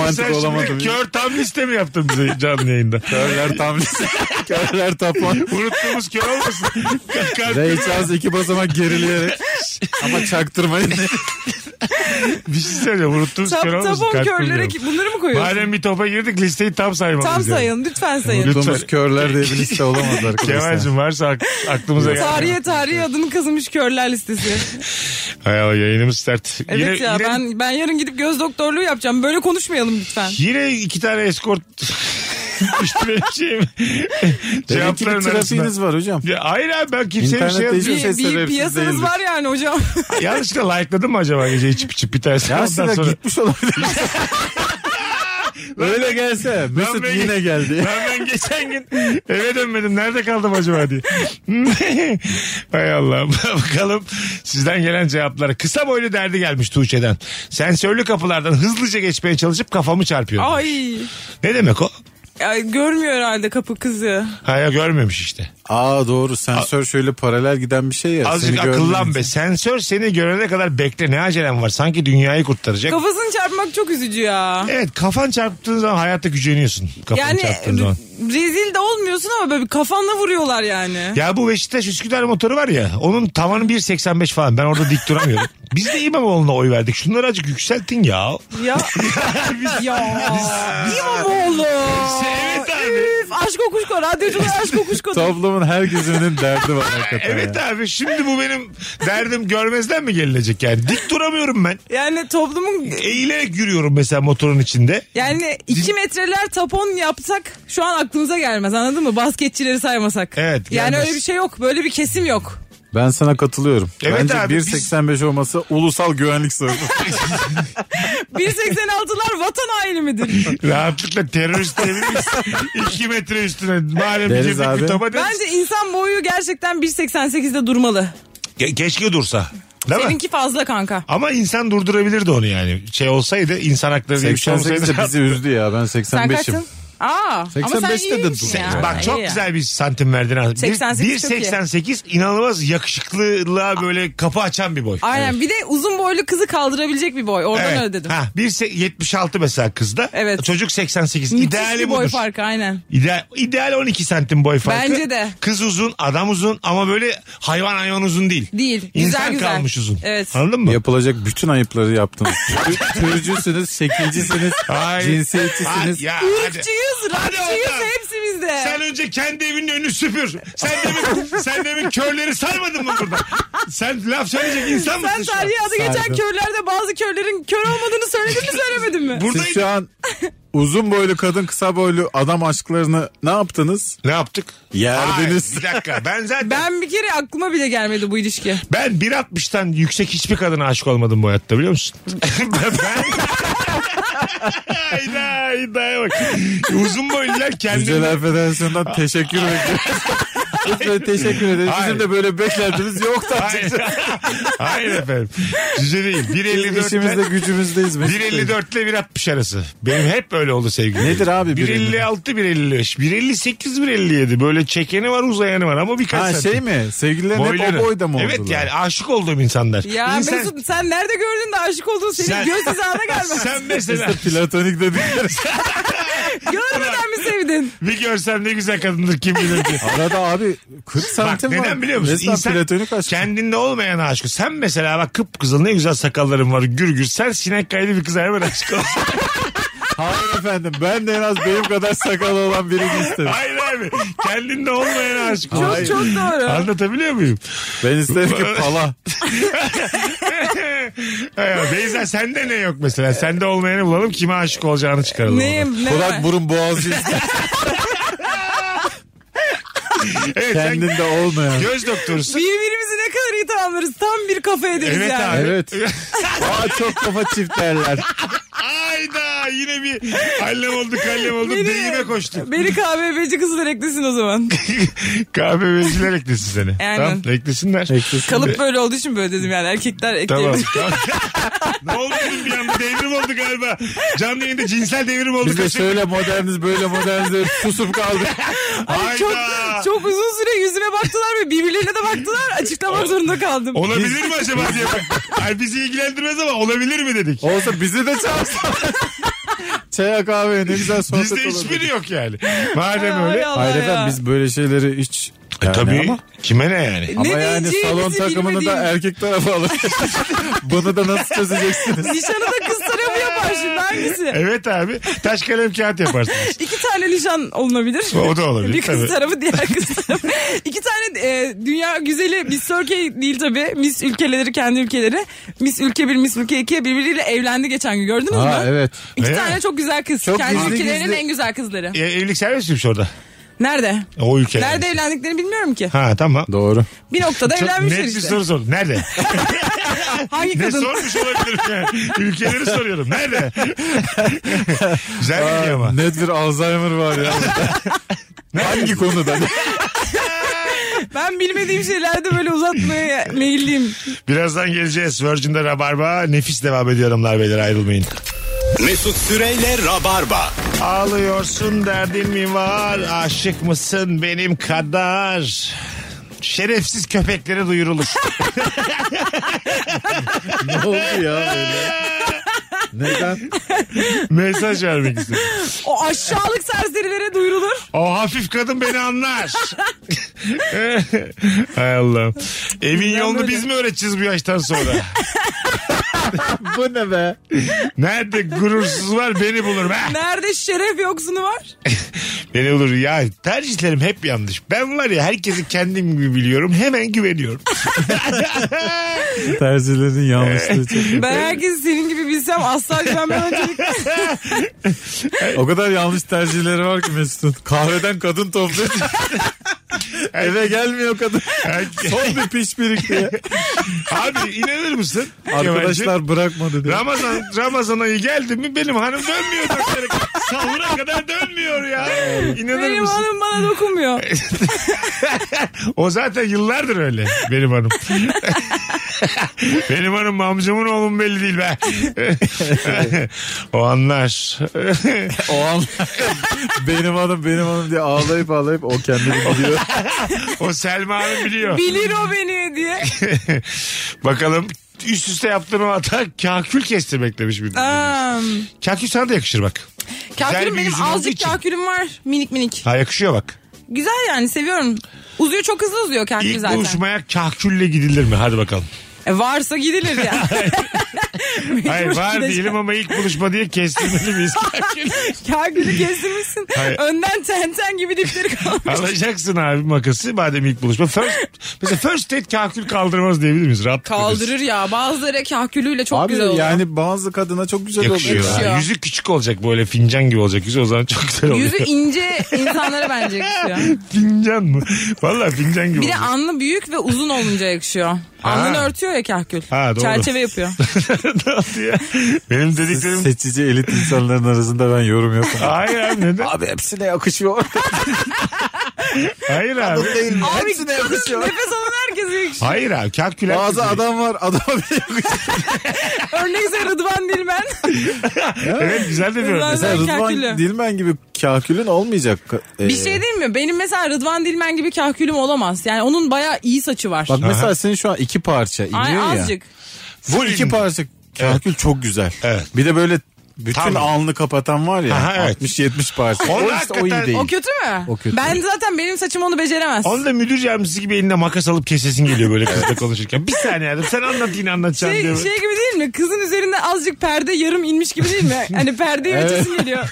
romantik olamadım. Kör tam liste mi yaptın bize canlı yayında? Körler tam liste. Körler tapon. Unuttuğumuz kör olmasın. Ray Charles iki basamak gerileyerek. Ama çaktırmayın. Bir şey söyleyeceğim. Unuttuğumuz Tap, kör olmasın. tapon körlere ki- bunları mı koyuyorsun? Madem bir topa girdik listeyi tam saymalıyız. Tam yani. sayın lütfen sayın. Unuttuğumuz körler diye bir liste olamaz arkadaşlar. Kemal'cim varsa ak- aklımıza geldi. Tarihe tarihe adını kazımış körler listesi. Hay Allah yayınımız sert. Evet Yine- ya yine- ben ben yarın gidip göz doktorluğu yapacağım. Böyle konuşmayalım lütfen. Yine iki tane eskort düştü benim şeyim. Demek ki bir Cevapların trafiğiniz arasında. var hocam. Ya hayır abi ben kimseye bir şey İnternette yazmıyorum. hiçbir şey Bir, bir sebepsiz piyasanız değildir. var yani hocam. Yanlışlıkla like'ladın mı acaba gece içip içip bir tanesi? Ya Ondan aslında sonra... gitmiş olabilir. Öyle gelse Mesut ben- yine geldi. Ben, ben geçen gün eve dönmedim. Nerede kaldım acaba diye. Hay Allah. Bakalım sizden gelen cevaplara. Kısa boylu derdi gelmiş Tuğçe'den. Sensörlü kapılardan hızlıca geçmeye çalışıp kafamı çarpıyorum. Ay. Ne demek o? Ya, görmüyor herhalde kapı kızı. Ha ya görmemiş işte. Aa doğru sensör şöyle paralel giden bir şey ya. Azıcık Seni akıllan görmediğin be. için. Sensör seni görene kadar bekle. Ne acelem var? Sanki dünyayı kurtaracak. Kafasını çarpmak çok üzücü ya. Evet kafan çarptığın zaman hayatta güceniyorsun. Kafanı Yani çarptığın zaman. rezil de olmuyorsun ama böyle bir kafanla vuruyorlar yani. Ya bu Beşiktaş Üsküdar motoru var ya onun tavanı bir seksen beş falan ben orada dik duramıyorum. Biz de İmamoğlu'na oy verdik. Şunları azıcık yükseltin ya. Ya. ya. İmamoğlu. Evet abi. Üf, aşk okuşko. Radyocular aşk okuşko. Toplumun her gözünün derdi var hakikaten. Evet ya. abi şimdi bu benim derdim görmezden mi gelinecek yani? Dik duramıyorum ben. Yani toplumun Eğilerek yürüyorum mesela motorun içinde. yani iki metreler tapon yapsak şu an aklımıza gelmez anladın mı? Basketçileri saymasak. Evet, Yani gelmez. öyle bir şey yok. Böyle bir kesim yok. Ben sana katılıyorum. Evet Bence abi, bir biz- seksen beş olması ulusal güvenlik sorunu. bir seksen altılar vatan haini midir? Rahatlıkla terörist diyebiliriz. iki metre üstüne. Madem Deriz girdik abi. bir topa deriz. Bence insan boyu gerçekten bir seksen sekizde durmalı. Ke- keşke dursa. Değil mi? Seninki fazla kanka. Ama insan durdurabilirdi onu yani. Şey olsaydı insan hakları diye bir şey seksen sekiz de olsaydı. bizi üzdü ya. Ben seksen Sen beşim. kaçsın? Aa, ama sen seksen beşte de iyiymişsin dur. ya. Bak çok İyi ya. güzel bir santim verdin abi. seksen sekiz bir çok iyi. seksen sekiz inanılmaz yakışıklılığa böyle kapı açan bir boy. Aynen bir de uzun boylu kızı kaldırabilecek bir boy. Oradan Evet. öyle dedim. Ha, bir se- yetmiş altı mesela kızda. Evet. Çocuk seksen sekiz. Müthiş İdeali bir boy budur. farkı aynen. İdeal, ideal on iki santim boy farkı. Bence de. Kız uzun, adam uzun ama böyle hayvan hayvan uzun değil. Değil. Güzel İnsan güzel. kalmış uzun. Evet. Anladın mı? Yapılacak bütün ayıpları yaptınız. Türcüsünüz, şekilcisiniz, Hayır. cinsiyetçisiniz. Ha, ya, hadi. Irkçıyız, Hadi rakçıyız oradan. hepsi bizde. Sen önce kendi evinin önünü süpür. Sen demin, sen demin körleri saymadın mı burada? Sen laf söyleyecek insan mısın Sen şu an? tarihe adı geçen Saydım. körlerde bazı körlerin kör olmadığını söyledin mi söylemedin mi? Buradaydı. Siz şu an uzun boylu kadın, kısa boylu adam aşklarını ne yaptınız? Ne yaptık? Yerdiniz. Hayır, bir dakika ben zaten ben, Ben bir kere aklıma bile gelmedi bu ilişki. bir altmıştan yüksek hiçbir kadına aşık olmadım bu hayatta biliyor musun? ben... hayda hayda bak. Uzun boylular kendini... Yüceler Federasyonu'ndan teşekkür bekliyoruz. Lütfen teşekkür ederiz. Hayır. Bizim de böyle beklentimiz yoktu Hayır. açıkçası. Hayır efendim. Cüce değil. bir elli Biz dört işimizde gücümüzdeyiz. Mesut bir Bey. elli dört ile bir altmış arası. Benim hep öyle oldu sevgili. Nedir abi bir elli altı bir elli beş bir elli sekiz bir elli yedi böyle çekeni var uzayanı var ama birkaç Ha santim. şey mi? Sevgililerin hep Boyları. o boyda mı oldular? Evet yani aşık olduğum insanlar. Ya İnsan- Mesut sen nerede gördün de aşık oldun senin Sen- göz hizana gelmez. Sen Biz mesela de platonik dedikleri. Görmeden mi sevdin? bir görsem ne güzel kadındır kim bilir diye. Arada abi kırk Bak santim var. neden biliyor musun? Resmen İnsan platonik aşk. kendinde olmayan aşkı. Sen mesela bak kıpkızıl ne güzel sakalların var gür gür. Sen sinek kaydı bir kıza hemen aşık olsun. Hayır efendim ben de en az benim kadar sakalı olan birini isterim. Hayır abi kendinde olmayan aşk. Çok Hayır. çok doğru. Anlatabiliyor muyum? Ben isterim ki pala. Ya, Beyza sende ne yok mesela? Sende olmayanı bulalım kime aşık olacağını çıkaralım. Neyim ne var? Kulak burun boğazı isterim. Evet, sen Kendinde olmayan. göz doktorusun. Birbirimizi ne kadar iyi tamamlarız. Tam bir kafa ederiz Evet yani. abi. Evet. Aa çok kafa çift derler. Hayda yine bir allem oldu kallem oldu Beni- deyime koştuk. Beni K B B'ci kızlar eklesin o zaman. Kahveciler eklesin seni. Aynen. Tamam eklesinler. Kalıp böyle olduğu için böyle dedim yani erkekler Tamam. ekleyebilir. tamam. Ne oldu dedim bir anda devrim oldu galiba. Canlı yayında cinsel devrim oldu. Biz de Kaçın- şöyle moderniz böyle moderniz de susup kaldık. Ay, çok, Hayda. çok uzun süre yüzüme baktılar ve birbirlerine de baktılar. Açıklamak zorunda kaldım. Olabilir mi acaba diye bak. Hayır bizi ilgilendirmez ama olabilir mi dedik. Olsa bizi de çağırsa. Çaya kahve ne güzel sohbet Bizde olabilir. hiçbiri yok yani. Madem Ay öyle. Allah Hayır ya. efendim biz böyle şeyleri hiç... E, Yani tabii ama, kime ne yani? ama Ne yani diyeceğimizi salon takımını da bilmediğim- erkek tarafı alır. Bunu da nasıl çözeceksiniz? Nişanı da kız tarafı yapar şimdi hangisi? Evet abi. Taş kalem kağıt yaparsınız. İki tane nişan olunabilir. O da olabilir, Bir kız tabii. tarafı diğer kız tarafı. İki tane e, dünya güzeli Miss Turkey değil tabii. Miss ülkeleri kendi ülkeleri. Miss ülke bir Miss ülke iki birbiriyle evlendi geçen gün gördünüz mü? Ha evet. İki Ne? tane çok güzel kız. Çok kendi gizli ülkelerinin gizli. en güzel kızları. E, evlilik serbest miymiş orada? Nerede? O ülke. Nerede evlendiklerini bilmiyorum ki. Ha tamam. Doğru. Bir noktada Çok evlenmişler net bir işte. soru sor. Nerede? Hangi Ne kadın? sormuş olabilirim yani? Ülkeleri soruyorum. Nerede? Güzel bilgi ama. Net bir Alzheimer var ya. Hangi konuda? Ben bilmediğim şeylerde böyle uzatmaya meyilliyim. Birazdan geleceğiz. Virgin'de Rabarba. Nefis devam ediyor hanımlar beyler, ayrılmayın. Mesut Süreyle Rabarba. Ağlıyorsun, derdin mi var? Aşık mısın benim kadar? Şerefsiz köpeklere duyurulur. Ne oldu ya öyle? Neden? Mesaj vermek istedim. O aşağılık serserilere duyurulur. O hafif kadın beni anlar. Hay Allah. Evin yolunu böyle. biz mi öğreteceğiz bu yaştan sonra? Bu ne be? Nerede gurursuz var beni bulur be. Nerede şeref yoksunu var? Beni bulur ya. Tercihlerim hep yanlış. Ben var ya herkesi kendim gibi biliyorum. Hemen güveniyorum. Tercihlerin yanlışlığı çok. Ben herkesi senin gibi bilsem asla güvenmem öncelikle. O kadar yanlış tercihleri var ki Mesut'un. Kahveden kadın topluyor. Eve gelmiyor kadın. Son bir piş birikti. Abi inanır mısın? Arkadaşlar bırakmadı diye. Ramazan Ramazan ayı geldi mi benim hanım dönmüyor. Sahura kadar dönmüyor ya. İnanır Benim mısın? hanım bana dokunmuyor. O zaten yıllardır öyle benim hanım. Benim hanım amcamın oğlum belli değil be. O anlar. O an benim hanım benim hanım diye ağlayıp ağlayıp o kendini biliyor. O Selma Hanım biliyor. Bilir o beni diye. Bakalım üst üste yaptığım hata kahkül kestirmek demiş bir. Aa, Kahkül sana da yakışır bak. Güzel kahkülüm bir benim yüzün olduğu azıcık için. kahkülüm var. Minik minik. Ha yakışıyor bak. Güzel yani seviyorum. Uzuyor çok hızlı uzuyor kahkül İlk zaten. buluşmaya kahkülle gidilir mi? Hadi bakalım. E varsa gidilir ya. Hayır var gideceğim. değilim ama ilk buluşma diye kestirmeli miyiz kahkülü? Kahkülü kestirmişsin. Hayır. Önden tenten gibi dipleri kalmış. Alacaksın abi makası madem ilk buluşma. First, mesela first date kahkül kaldırmaz diyebilir miyiz? Rahat Kaldırır ya. Bazıları kahkülüyle çok Abi güzel oluyor. yani bazı kadına çok güzel yakışıyor. oluyor. Yakışıyor. Ha, yüzü küçük olacak böyle fincan gibi olacak yüzü, o zaman çok güzel oluyor. Yüzü ince insanlara bence yakışıyor. Fincan mı? Vallahi fincan gibi Bir de olacak. alnı büyük ve uzun olunca yakışıyor. Alnını örtüyor ya kahkül. Ha, doğru. Çerçeve yapıyor. Ne oldu ya? Benim dediklerim... Seçici elit insanların arasında ben yorum yapamam. Hayır abi neden? Abi hepsine yakışıyor. Hayır abi. Abi Hepsine kadın yakışıyor. nefes alan herkese yakışıyor. Hayır abi kahkül Bazı herkese- adam var adama bile yakışıyor. Örnekse Rıdvan Dilmen. Evet güzel de bir örnek. Rıdvan- Mesela Rıdvan Kahkülü. Dilmen gibi kahkülün olmayacak. Ee, Bir şey değil mi? Benim mesela Rıdvan Dilmen gibi kahkülüm olamaz. Yani onun bayağı iyi saçı var. Bak mesela senin şu an iki parça iniyor Ay, ya. azıcık. Bu iki parça kahkül çok güzel. Evet. Bir de böyle bütün Tam. alnı kapatan var ya. Aha, evet. altmış yetmiş parça. Onu O işte o hakikaten- iyi değil. O kötü mü? O kötü. Ben zaten benim saçım onu beceremez. Onu da müdür yardımcısı gibi elinde makas alıp kesesin geliyor böyle kızla konuşurken. Bir saniye adam sen anlat yine anlatacağım Şey, diyor. şey gibi değil mi? Kızın üzerinde azıcık perde yarım inmiş gibi değil mi? Hani perdeyi Evet. açasın geliyor.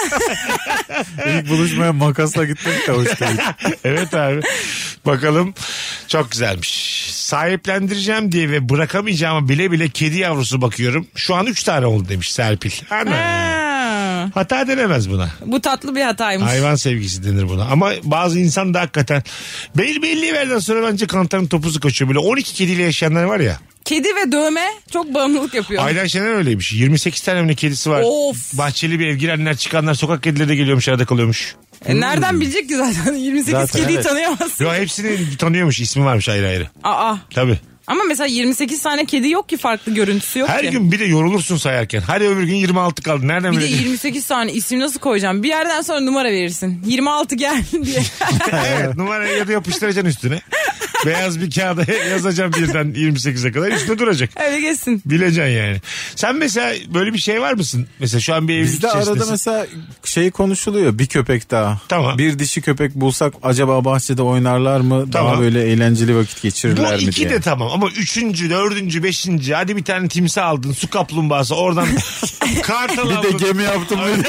İlk buluşmaya makasla gitmek de hoş değil. Evet abi. Bakalım çok güzelmiş. Sahiplendireceğim diye ve bırakamayacağıma bile bile kedi yavrusu bakıyorum. Şu an üç tane oldu demiş Serpil. Ana. Ha, Hata denemez buna. bu tatlı bir hataymış. Hayvan sevgisi denir buna. Ama bazı insan da hakikaten belli belli bir yerden sonra bence kantarın topuzu kaçıyor. Böyle on iki kediyle yaşayanlar var ya. Kedi ve dövme çok bağımlılık yapıyor. Aydan Şener öyleymiş. yirmi sekiz tane mi ne kedisi var. Of. Bahçeli bir ev, girenler çıkanlar, sokak kedileri de geliyormuş, arada kalıyormuş. E nereden bilecek ki zaten? yirmi sekiz Zaten kediyi evet. tanıyamazsın. Yo hepsini tanıyormuş, ismi varmış ayrı ayrı. Aa. Tabii. Ama mesela yirmi sekiz tane kedi yok ki, farklı görüntüsü yok Her ki. gün bir de yorulursun sayarken. Hadi öbür gün yirmi altı kaldı. Nereden Bir de bileceksin? yirmi sekiz tane isim nasıl koyacağım? Bir yerden sonra numara verirsin. yirmi altı gel diye. Evet, numarayı ya da yapıştıracaksın üstüne. Beyaz bir kağıda yazacağım birden yirmi sekize kadar üstüne duracak. Öyle geçsin. Bileceksin yani. Sen mesela böyle bir şey var mısın? Mesela şu an bir evlilik Bizde içerisindesin. arada mesela şey konuşuluyor, bir köpek daha. Tamam. Bir dişi köpek bulsak acaba bahçede oynarlar mı? Tamam. Daha böyle eğlenceli vakit geçirirler Bu mi iki diye. de tamam ama üçüncü, dördüncü, beşinci hadi bir tane timsah aldın, su kaplumbağası oradan kartal Bir aldın. de gemi yaptım böyle.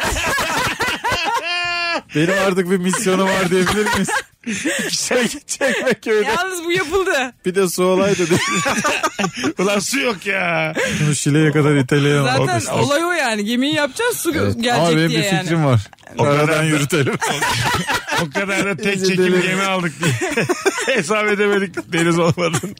Benim artık bir misyonum var diyebilir miyiz? Çek, çekmek öyle. Yalnız bu yapıldı. Bir de su olaydı. Ulan su yok ya. Şunu Şile'ye kadar iteleyelim. Zaten olay o yani. Gemiyi yapacağız, su Evet. gelecek Ama benim diye bir yani. fikrim var. O Aradan kadar da- yürütelim. O kadar da tek İyice çekim deli. gemi aldık diye. Hesap edemedik deniz olmadın.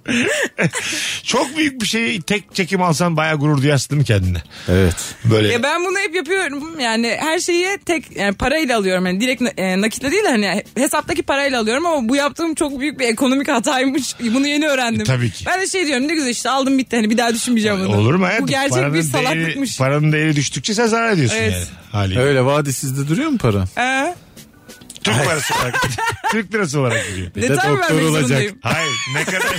Çok büyük bir şeyi tek çekim alsan bayağı gurur duyarsın değil mi kendine? Evet. Böyle. Ya ben bunu hep yapıyorum. Yani her şeyi tek yani parayla alıyorum. Yani direkt e, nakitle değil de hani hesaptaki parayla alıyorum ama bu yaptığım çok büyük bir ekonomik hataymış. Bunu yeni öğrendim. E, tabii ki. Ben de şey diyorum, ne güzel işte aldım bitti. Hani bir daha düşünmeyeceğim bunu. Olur mu hayatım? Bu gerçek Paranın bir değeri- salaklıkmış. paranın değeri düştükçe sen zarar ediyorsun Evet. yani. Haliyle. Öyle vadisizde duruyor mu para? Ee, Türk parası olarak. Türk lirası olarak giriyor. Bir de detay mı doktor vermek olacak. zorundayım? Hayır ne kadar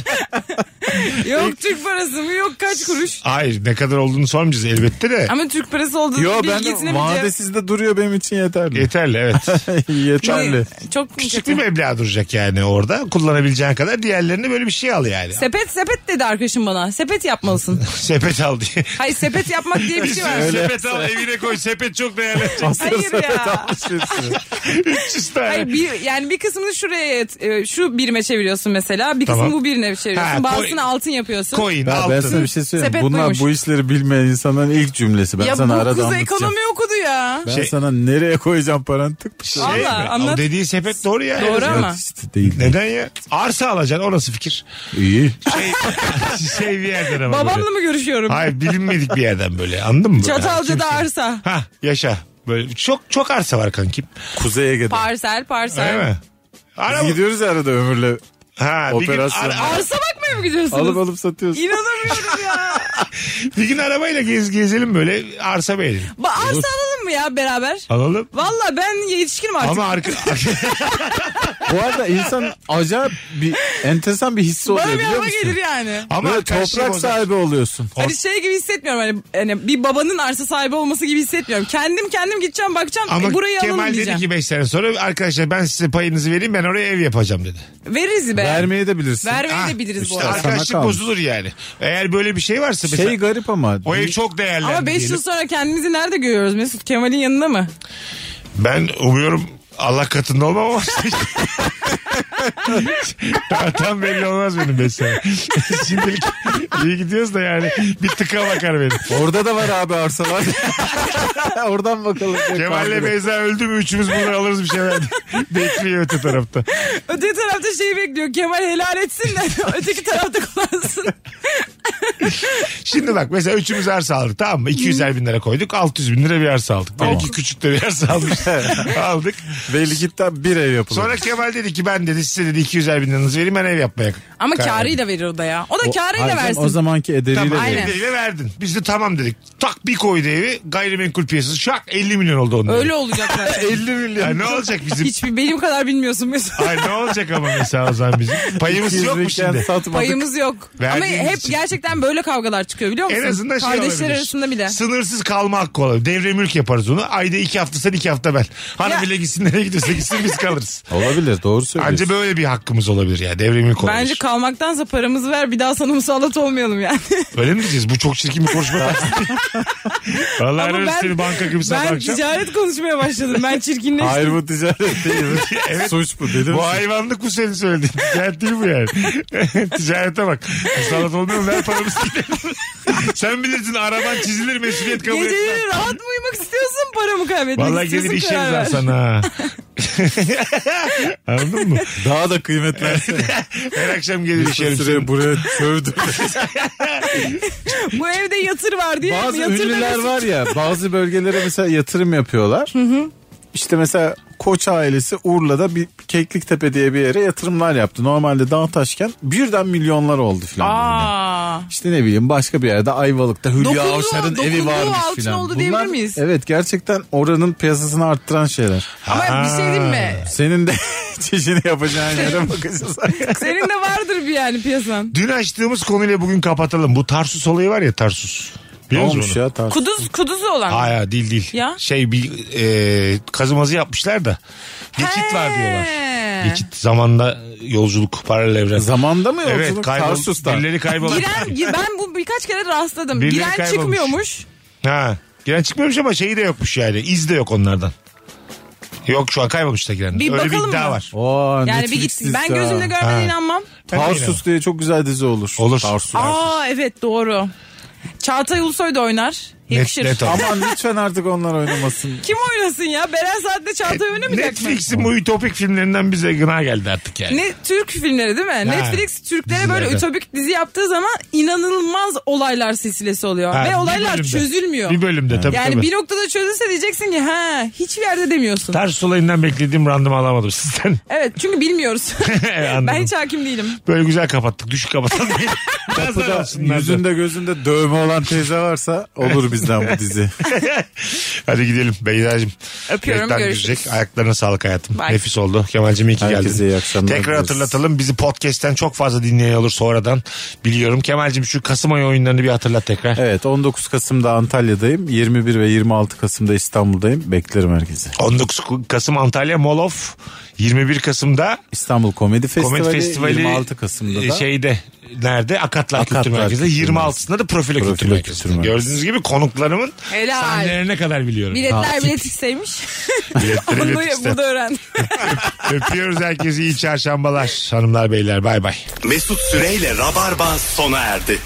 Yok Türk parası mı, yok kaç kuruş. hayır ne kadar olduğunu sormayacağız elbette de. Ama Türk parası olduğunu Yo ben bilgisini de bileceğim. vadesizde duruyor benim için yeterli. Yeterli evet. Yeterli. Çok Küçük kötü. bir meblağ duracak yani orada. Kullanabileceğin kadar diğerlerini böyle bir şey al yani. Sepet sepet dedi arkadaşım bana. Sepet yapmalısın. Sepet al diye. Hayır, sepet yapmak diye bir şey var. Sepet al evine koy, sepet çok değerli. Hayır ya. üç yüz tane. Hayır, bir, yani bir kısmını şuraya e, şu birime çeviriyorsun mesela. Bir kısmını Tamam. bu birine çeviriyorsun. Ha, Bazısını coin. altın yapıyorsun. Coin, Ya ben altın. sana bir şey söyleyeyim. Sepet Bunlar buymuş. bu işleri bilmeyen insanların ilk cümlesi. Ben Ya sana bu arada kız anlatacağım. ekonomi okudu ya. Ben Şey- sana nereye koyacağım paranı tık tık. Şey Allah, mi? anlat. O dediği sepet doğru ya. Doğru ama. Yok işte değil. Neden ya? Arsa alacaksın, o nasıl fikir? İyi. Şey, şey bir yerden ama Babamla böyle. mı görüşüyorum? Hayır bilinmedik bir yerden böyle, anladın mı? Böyle? Çatalca'da Kimse- arsa. Ha yaşa. Böyle çok çok arsa var kankim. Kuzeye gidelim. Parsel parsel. Öyle mi? Ara, Biz gidiyoruz ya arada Ömür'le. ha, bir gün, Operasyon. ara- ara- Arsa bakmaya mı gidiyorsunuz? Alıp alıp satıyoruz. İnanamıyorum ya. bir gün arabayla gez, gezelim böyle arsa beğenelim. Ba arsa alalım mı ya beraber? Alalım. Valla ben yetişkinim artık. Ama arka... Bu arada insan acayip bir enteresan bir hissi oluyor Bana bir biliyor hava musun? gelir yani. Ama Böyle arkadaşlık toprak bozar. sahibi oluyorsun. Hani şey gibi hissetmiyorum, hani, hani bir babanın arsa sahibi olması gibi hissetmiyorum. Kendim kendim gideceğim bakacağım, Ama e, burayı Kemal alalım dedi diyeceğim. ki beş sene sonra arkadaşlar ben size payınızı vereyim, ben oraya ev yapacağım dedi. Veririz be. Vermeyi de bilirsin. Vermeyi Ha, de biliriz işte bu arada. arkadaşlık Sana kalmış. bozulur yani. Eğer böyle bir şey varsa mesela Şey garip ama. o ev çok değerli. Ama beş yıl sonra kendimizi nerede görüyoruz Mesut? Kemal'in yanında mı? Ben umuyorum Allah katında olmam ama tam, tam belli olmaz benim beş sene. Şimdilik iyi gidiyoruz da yani bir tıka bakar benim. Orada da var abi arsalar. Oradan bakalım. Kemal'le Beyza öldü mü üçümüz bunu alırız bir şeyler. Bekliyor öte tarafta. Öteki tarafta şeyi bekliyor. Kemal helal etsin de öteki tarafta kullansın. Şimdi bak mesela üçümüz arsa aldık, tamam mı? iki yüzer bin lira koyduk, altı yüz bin lira bir arsa aldık. Belki küçük de bir arsa aldık. aldık. Belli gitti bir ev yapılır. Sonra Kemal dedi ki ben dedi size dedi iki yüzer bin liranızı vereyim, ben ev yapmaya. Ama karar kârıyla verir o da ya. O da O- kârıyla Hayır, versin. O zamanki ederiyle Tamam, verir. Aynen. evde verdin. Biz de tamam dedik. Tak bir koydu evi, gayrimenkul piyasası şak elli milyon oldu onun. Öyle olacak zaten. elli milyon. Ya ne olacak bizim? Hiçbir benim kadar bilmiyorsun Mesut. Ay ne olacak ama mesela o zaman bizim? Payımız yok mu İkizlikken şimdi? satmadık. Payımız yok. Verdiğimiz Ama hep için. gerçekten böyle kavgalar çıkıyor biliyor musun? En azından şey Kardeşler olabilir. arasında bile. Sınırsız kalma hakkı olabilir. Devre mülk yaparız onu. Ayda iki hafta sen iki hafta ben. Hanım Ya- bile gitsin nereye gidiyorsa gitsin biz kalırız. Olabilir doğru söylüyorsun. Anca böyle bir hakkımız olabilir ya. Devre mülk olabilir. Bence kalmaktansa paramızı ver, bir daha sana musallat olmayalım yani. Öyle mi diyeceğiz? Bu çok çirkin bir konuşma tarzı değil. Vallahi Ama ararız ben, seni banka gibi sabah ben akşam. ticaret konuşmaya başladım. Ben çirkinleştim. Hayır bu ticaret değil. Evet. Suç bu dedim. Bu hayvanlık bu senin söylediğin. Ticaret değil bu yani. Ticarete bak. Musallat olmuyor mu? Ver paramızı gidelim. Sen bilirsin araban çizilir mesuliyet kabul etmez. Geceleri rahat mı uyumak istiyorsun, para mı kaybetmek Vallahi istiyorsun? gelir işeriz karar ha ver. sana. Anladın mı? Daha da kıymetlensin. Her akşam gelir Bir işerim süre seni. buraya çövdüm. Bu evde yatır var diye. Bazı yatır ünlüler demesi- var ya bazı bölgelere mesela yatırım yapıyorlar. işte mesela Koç ailesi Urla'da bir Kekliktepe diye bir yere yatırımlar yaptı. Normalde dağ taşken birden milyonlar oldu filan. Aa. İşte ne bileyim başka bir yerde Ayvalık'ta Hülya Dokunduğu- Avşar'ın evi dokunduğu varmış altın filan. oldu diyebilir miyiz? Evet gerçekten oranın piyasasını arttıran şeyler. Ama bir şey diyeyim mi? Senin de çeşini yapacağın yere bakacağız. Senin de vardır bir yani piyasan. Dün açtığımız konuyla bugün kapatalım. Bu Tarsus olayı var ya, Tarsus. Ne Biliyor musun olmuş onu? ya Tarsus? Kuduz, kuduzu olan. Hayır değil değil. Ya? Şey bir e, kazımazı yapmışlar da geçit var diyorlar. Geçit zamanda yolculuk, paralel evren. Zamanda mı yolculuk? Evet, kaybol, Tarsus'ta. birileri kaybolan. Giren, ben bu birkaç kere rastladım. Birileri Giren kaybolmuş. çıkmıyormuş. Ha, giren çıkmıyormuş ama şeyi de yokmuş yani. İz de yok onlardan. Yok şu an kaybolmuş da giren. Bir Öyle bir bakalım iddia mı? var. Oo, Yani Netflix bir gitsin. Ben dizisi gözümle ha. görmeden Ha. inanmam. Tarsus diye çok güzel dizi olur. Olur. Tarsus. Aa evet doğru. Çağatay Ulusoy da oynar. Yakışır. net olur. Aman lütfen artık onlar oynamasın. Kim oynasın ya? Beren Saat'te Çağatay oynamayacak mı? Netflix'in bu ütopik filmlerinden bize gına geldi artık yani. Ne Türk filmleri değil mi? Netflix Türklere böyle dizilerde. ütopik dizi yaptığı zaman inanılmaz olaylar silsilesi oluyor. Ha, Ve bir olaylar bölümde. Bir Bir bölümde tabii Yani tabii. bir noktada çözülse diyeceksin ki ha hiçbir yerde demiyorsun. Tarsus olayından beklediğim randıman alamadım sizden. Evet çünkü bilmiyoruz. Anladım. Ben hiç hakim değilim. Böyle güzel kapattık. Düşük kapatalım. Nazar Kapıda olsunlar da. yüzünde gözünde dövme olan teyze varsa olur bizden bu dizi. Hadi gidelim Beyza'cığım. Öpüyorum, Reklam görüşürüz. girecek. Ayaklarına sağlık hayatım. Bye. Nefis oldu. Kemal'cim iyi ki Herkese geldin. iyi akşamlar Tekrar dileriz. hatırlatalım. Bizi podcast'ten çok fazla dinleyen olur sonradan. Biliyorum. Kemal'cim şu Kasım ayı oyunlarını bir hatırlat tekrar. Evet on dokuz Kasım'da Antalya'dayım. yirmi bir ve yirmi altı Kasım'da İstanbul'dayım. Beklerim herkese. on dokuz Kasım Antalya Molof. yirmi bir Kasım'da İstanbul Komedi Festivali, Komedi Festivali yirmi altı Kasım'da da e, şeyde nerede? Akatlar, Akatlar Kültür Merkezi'nde. Kültür yirmi altısında da Profilo, Profilo Kültür Merkezi'nde. Kültür Merkezi. Gördüğünüz gibi konuklarımın Helal. sahnelerine kadar biliyorum. Biletler bilet isteymiş. Biletleri Bunu bilet iste. burada öğrendim. Öpüyoruz herkesi. İyi çarşambalar. Hanımlar beyler bay bay. Mesut Süreyle Rabarba sona erdi.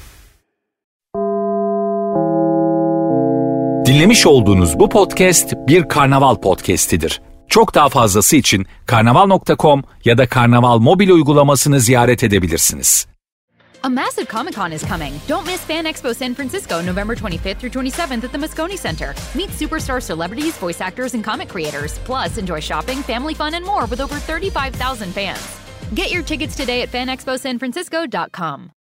Dinlemiş olduğunuz bu podcast bir karnaval podcastidir. Çok daha fazlası için karnaval nokta com ya da karnaval mobil uygulamasını ziyaret edebilirsiniz. A massive Comic-Con is coming. Don't miss Fan Expo San Francisco, November twenty-fifth through twenty-seventh at the Moscone Center. Meet superstar celebrities, voice actors, and comic creators. Plus, enjoy shopping, family fun, and more with over thirty-five thousand fans. Get your tickets today at fan expo san francisco dot com.